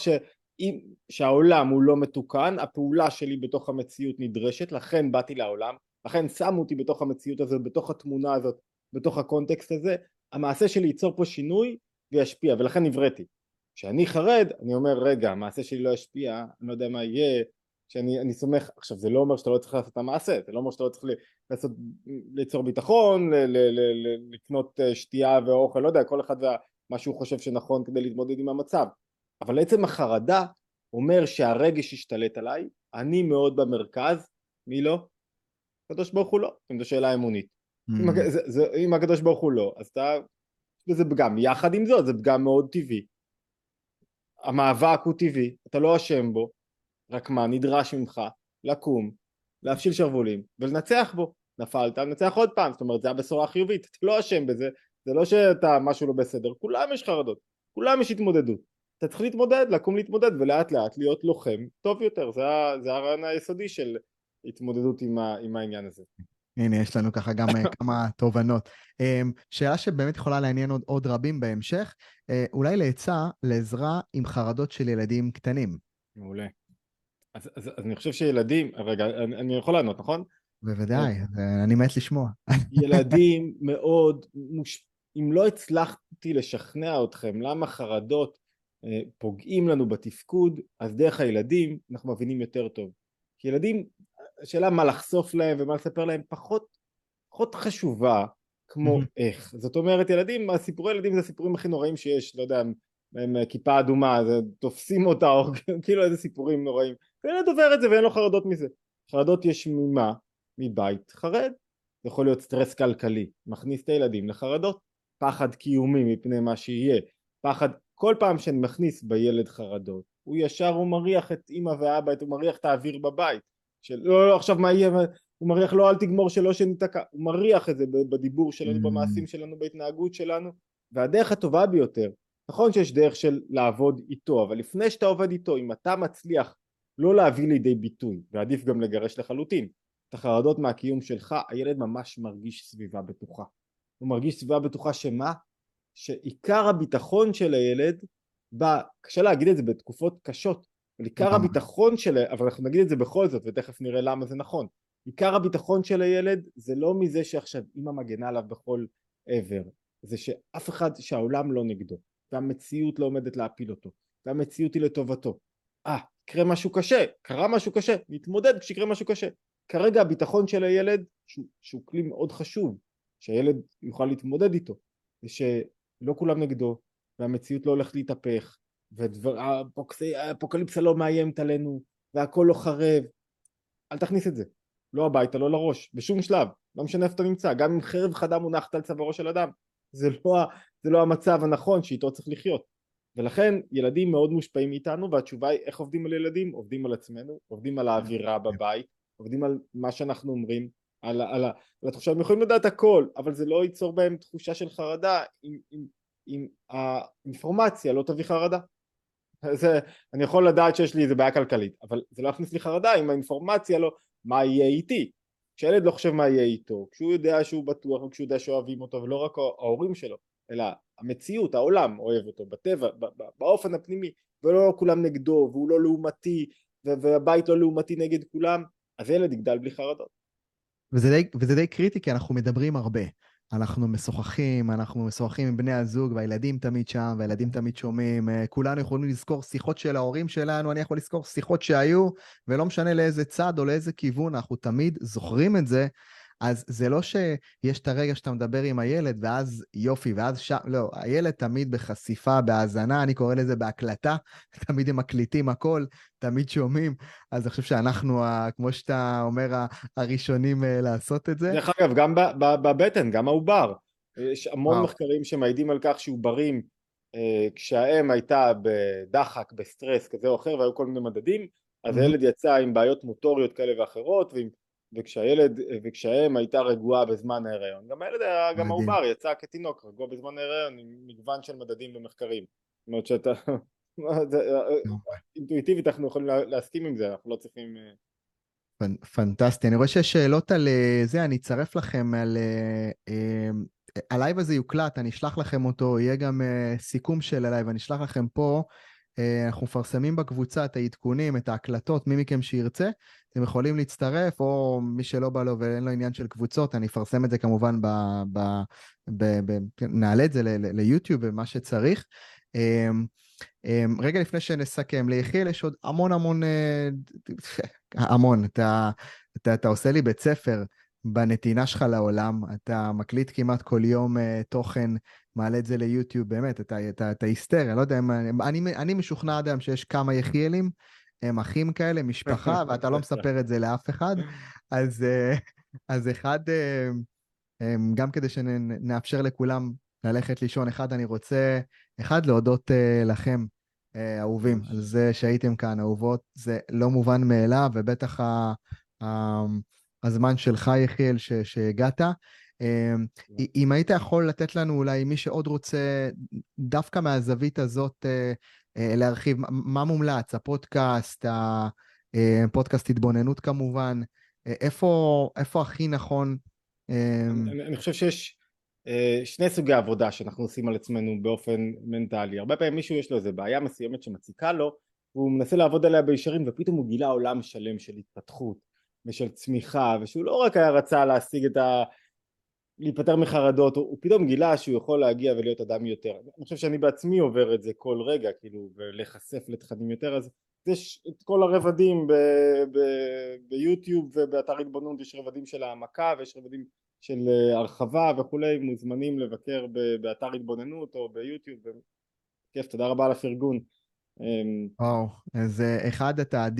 שהעולם הוא לא מתוקן, הפעולה שלי בתוך המציאות נדרשת, לכן באתי לעולם, לכן שמו אותי בתוך המציאות הזאת, בתוך התמונה הזאת, בתוך הקונטקסט הזה. המעשה שלי ייצור פה שינוי וישפיע, ולכן נבראתי. כשאני חרד, אני אומר, רגע, המעשה שלי לא ישפיע, אני לא יודע מה יהיה, שאני סומך. עכשיו, זה לא אומר שאתה לא צריך לעשות את המעשה, זה לא אומר שאתה לא צריך ליצור ביטחון, לקנות שתייה ואוכל, לא יודע, כל אחד מה שהוא חושב שנכון כדי להתמודד עם המצב. אבל עצם החרדה אומר שהרגש ישתלט עליי, אני מאוד במרכז. מי לא? הקדוש ברוך הוא לא, אם זו שאלה אמונית. אם הקדוש ברוך הוא לא, אז אתה... וזה פגם. יחד עם זאת, זה פגם מאוד טבעי. המאבק הוא טבעי, אתה לא אשם בו, רק מה נדרש ממך? לקום, להפשיל שרוולים ולנצח בו. נפלת, נצח עוד פעם. זאת אומרת, זה הבשורה החיובית, אתה לא אשם בזה, זה לא שאתה משהו לא בסדר, כולם יש חרדות, כולם יש התמודדות. אתה צריך להתמודד, לקום להתמודד ולאט לאט להיות לוחם טוב יותר. זה הרעיון היסודי של התמודדות עם העניין הזה. הנה, יש לנו ככה גם כמה תובנות. שאלה שבאמת יכולה לעניין עוד רבים בהמשך, אולי לעזרה עם חרדות של ילדים קטנים. מעולה. אז אני חושב שילדים, רגע, אני יכול לענות, נכון? בוודאי, אני מת לשמוע. ילדים מאוד, אם לא הצלחתי לשכנע אתכם למה חרדות פוגעים לנו בתפקוד, אז דרך הילדים אנחנו מבינים יותר טוב. כי ילדים, השאלה מה לחשוף להם ומה לספר להם פחות חשובה כמו איך. זאת אומרת, סיפורי ילדים זה הסיפורים הכי נוראים שיש, לא יודע, הם כיפה אדומה, תופסים אותה, או כאילו איזה סיפורים נוראים. וילד עובר את זה ואין לו חרדות מזה. חרדות יש ממה? מבית חרד. זה יכול להיות סטרס כלכלי, מכניס את הילדים לחרדות, פחד קיומי מפני מה שיהיה, פחד, כל פעם שאני מכניס בילד חרדות, הוא ישר הוא מריח את אמא ואבא, הוא מריח את האוויר בבית, שלא, לא, עכשיו מה יהיה, הוא מריח לא, אל תגמור שלא שניתקע, הוא מריח את זה בדיבור שלנו, במעשים שלנו, בהתנהגות שלנו, והדרך הטובה ביותר, נכון שיש דרך של לעבוד איתו, אבל לפני שאתה עובד איתו, אם אתה מצליח לא להביא לידי ביטוי, ועדיף גם לגרש לחלוטין, את החרדות מהקיום שלך, הילד ממש מרגיש סביבה בטוחה. הוא מרגיש סביבה בטוחה שמה? שעיקר הביטחון של הילד, קשה להגיד את זה בתקופות קשות, אבל עיקר הביטחון של, אבל אנחנו נגיד את זה בכל זאת, ותכף נראה למה זה נכון. עיקר הביטחון של הילד זה לא מזה שעכשיו אמא מגנה עליו בכל עבר, זה שאף אחד, שהעולם לא נגדו, והמציאות לא עומדת להפיל אותו, והמציאות היא לטובתו. יקרה משהו קשה, קרה משהו קשה, נתמודד כשיקרה משהו קשה. כרגע הביטחון של הילד, שהוא כלי מאוד חשוב, שהילד יוכל להתמודד איתו, זה שלא כולם נגדו, והמציאות לא הולכת להתהפך, והאפוקליפסה לא מאיימת עלינו, והכל לא חרב. אל תכניס את זה, לא הביתה, לא לראש, בשום שלב, לא משנה איפה אתה נמצא, גם אם חרב חדה מונחת על צווארו של אדם, זה לא המצב הנכון שאיתו צריך לחיות. ולכן ילדים מאוד מושפעים מאיתנו, והתשובה היא איך עובדים על ילדים? עובדים על עצמנו, עובדים על האווירה בבית, עובדים על מה שאנחנו אומרים, על התחושה. הם יכולים לדעת הכל, אבל זה לא ייצור בהם תחושה של חרדה אם האינפורמציה לא תביא חרדה. אני יכול לדעת שיש לי איזה בעיה כלכלית, אבל זה לא יכניס לי חרדה אם האינפורמציה לא, מה יהיה איתי. כשילד לא חושב מה יהיה איתו, כשהוא יודע שהוא בטוח וכשהוא יודע שאוהבים אותו, ולא רק ההורים שלו, אלא המציאות, העולם אוהב אותו, בטבע, באופן הפנימי, ולא כולם נגדו, והוא לא לעומתי, והבית לא לעומתי נגד כולם, אז ילד יגדל בלי חרדות. וזה די קריטי, כי אנחנו מדברים הרבה. אנחנו משוחחים עם בני הזוג, והילדים תמיד שם, והילדים תמיד שומעים. כולנו יכולים לזכור שיחות של ההורים שלנו, אני יכול לזכור שיחות שהיו, ולא משנה לאיזה צד או לאיזה כיוון, אנחנו תמיד זוכרים את זה. אז זה לא שיש את הרגע שאתה מדבר עם הילד, ואז יופי, ואז שם, לא, הילד תמיד בחשיפה, בהאזנה, אני קורא לזה בהקלטה, תמיד הם מקליטים הכל, תמיד שומעים, אז אני חושב שאנחנו, כמו שאתה אומר, הראשונים לעשות את זה. דרך אגב, גם בבטן, גם העובר, יש המון וואו. מחקרים שמעידים על כך שעוברים, כשהאם הייתה בדחק, בסטרס כזה או אחר, והיו כל מיני מדדים, אז הילד יצא עם בעיות מוטוריות כאלה ואחרות, וכשהאם הייתה רגועה בזמן ההיריון, גם מדהים. העובר יצא כתינוק רגוע בזמן ההיריון עם מגוון של מדדים ומחקרים. זאת אומרת שאתה, אינטואיטיבית אנחנו יכולים להסכים עם זה, אנחנו לא צריכים... פנטסטי. אני רואה שיש שאלות על זה, אני אצרף לכם הלייב הזה יוקלט, אני אשלח לכם אותו, יהיה גם סיכום של הלייב, אני אשלח לכם פה, אנחנו מפרסמים בקבוצה את העדכונים, את ההקלטות, מי מכם שירצה, אתם יכולים להצטרף, או מי שלא בא לו ואין לו עניין של קבוצות, אני אפרסם את זה כמובן, נעלה את זה ליוטיוב ומה שצריך. רגע לפני שנסכם, ליחיאל יש עוד המון, אתה עושה לי בית ספר בנתינה שלך לעולם, אתה מקליט כמעט כל יום תוכן, מעלה את זה ליוטיוב, באמת, אתה היסטרי, אני לא יודע, אני משוכנע עד היום שיש כמה יחיאלים, הם אחים כאלה, משפחה, ואתה לא מספר את זה לאף אחד, אז אחד, גם כדי שנאפשר לכולם ללכת לישון, אני רוצה להודות לכם, אהובים, על זה שהייתם כאן, אהובות, זה לא מובן מאליו, ובטח הזמן שלך, יחיאל, שהגעת. אם היית יכול לתת לנו אולי מי שעוד רוצה, דווקא מהזווית הזאת, להרחיב, מה מומלץ, הפודקאסט, פודקאסט התבוננות כמובן, איפה הכי נכון? אני חושב שיש שני סוגי עבודה שאנחנו עושים על עצמנו באופן מנטלי. הרבה פעמים מישהו יש לו איזה בעיה מסוימת שמציקה לו, והוא מנסה לעבוד עליה בישרים, ופתאום הוא גילה עולם שלם של התפתחות ושל צמיחה, ושהוא לא רק היה רצה להשיג להיפטר מחרדות, הוא פתאום גילה שהוא יכול להגיע ולהיות אדם יותר. אני חושב שאני בעצמי עובר את זה כל רגע, כאילו, ולהיחשף לתכנים יותר, אז יש את כל הרבדים ביוטיוב ובאתר התבוננות, יש רבדים של העמקה ויש רבדים של הרחבה וכולי, מוזמנים לבקר באתר התבוננות או ביוטיוב. כיף, תודה רבה על הפרגון. וואו, אז אחד אתה אדיר,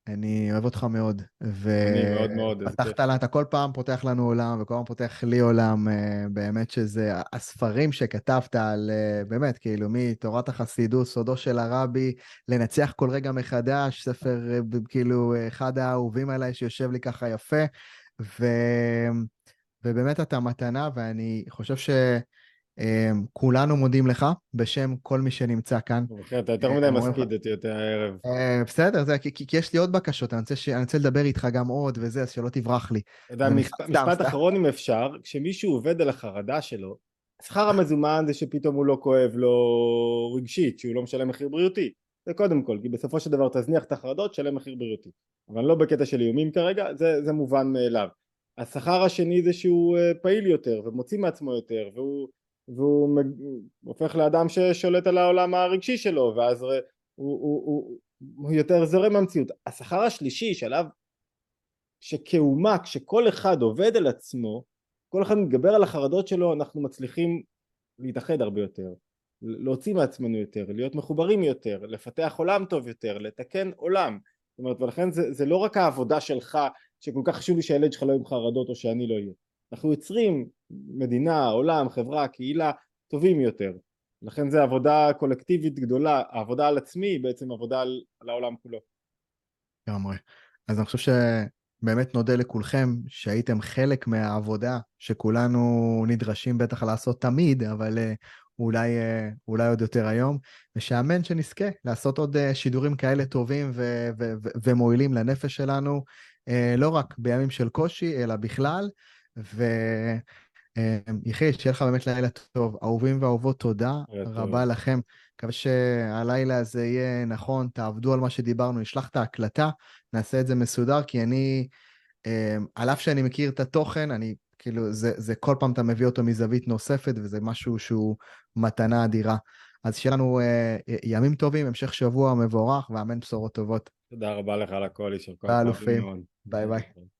אני אוהב אותך מאוד, אני מאוד מאוד, איזה כיף. ופתחת לה, אתה כל פעם פותח לנו עולם, וכל פעם פותח לי עולם, באמת שזה, הספרים שכתבת על, באמת, כאילו, מתורת החסידות, סודו של הרבי, לנצח כל רגע מחדש, ספר, כאילו, אחד האהובים עליי שיושב לי ככה יפה, ו... ובאמת אתה מתנה, ואני חושב שכולנו מודים לך, בשם כל מי שנמצא כאן. ובכן, אתה יותר מדי אומרים לך, מספיד אותי יותר הערב. בסדר, כי יש לי עוד בקשות, אני רוצה לדבר איתך גם עוד וזה, אז שלא תברח לי. אתה יודע, אז אני סתם, משפט סתם. אחרון אם אפשר, כשמישהו עובד על החרדה שלו, שכר המזומן זה שפתאום הוא לא כואב לו רגשית, שהוא לא משלם מחיר בריאותי. זה קודם כל, כי בסופו של דבר תזניח את החרדות, שלם מחיר בריאותי. אבל לא בקטע של איומים כרגע, זה מובן מאליו. השכר השני זה שהוא פעיל יותר ומוציא מעצמו יותר, והוא הופך לאדם ששולט על העולם הרגשי שלו, ואז הוא יותר זורם מהמציאות. השכר השלישי שעליו שכאומה, כשכל אחד עובד על עצמו, כל אחד מתגבר על החרדות שלו, אנחנו מצליחים להתאחד הרבה יותר, להוציא מעצמנו יותר, להיות מחוברים יותר, לפתח עולם טוב יותר, לתקן עולם. זאת אומרת, ולכן זה לא רק העבודה שלך, שכל כך חשוב לי שהילד שלך לא יהיה עם חרדות או שאני לא אהיה. אנחנו יוצרים מדינה, עולם, חברה, קהילה, טובים יותר. לכן זה עבודה קולקטיבית גדולה, העבודה על עצמי היא בעצם עבודה על העולם כולו. לגמרי. אז אני חושב שבאמת נודה לכולכם שהייתם חלק מהעבודה שכולנו נדרשים בטח לעשות תמיד, אבל אולי עוד יותר היום, ושאמן שנזכה לעשות עוד שידורים כאלה טובים ומועילים לנפש שלנו, לא רק בימים של קושי, אלא בכלל, יחי, שיהיה לך באמת לילה טוב. אהובים ואהובות, תודה רבה לכם. מקווה שהלילה הזה יהיה נכון, תעבדו על מה שדיברנו, נשלח את ההקלטה, נעשה את זה מסודר, כי אני, על אף שאני מכיר את התוכן, אני, כאילו, זה כל פעם אתה מביא אותו מזווית נוספת, וזה משהו שהוא מתנה אדירה. אז שיהיה לנו ימים טובים, המשך שבוע מבורך, ואמן בשורות טובות. תודה רבה לך על הכל, יישר כוח, אוהבים באלופים. מאוד. ביי ביי.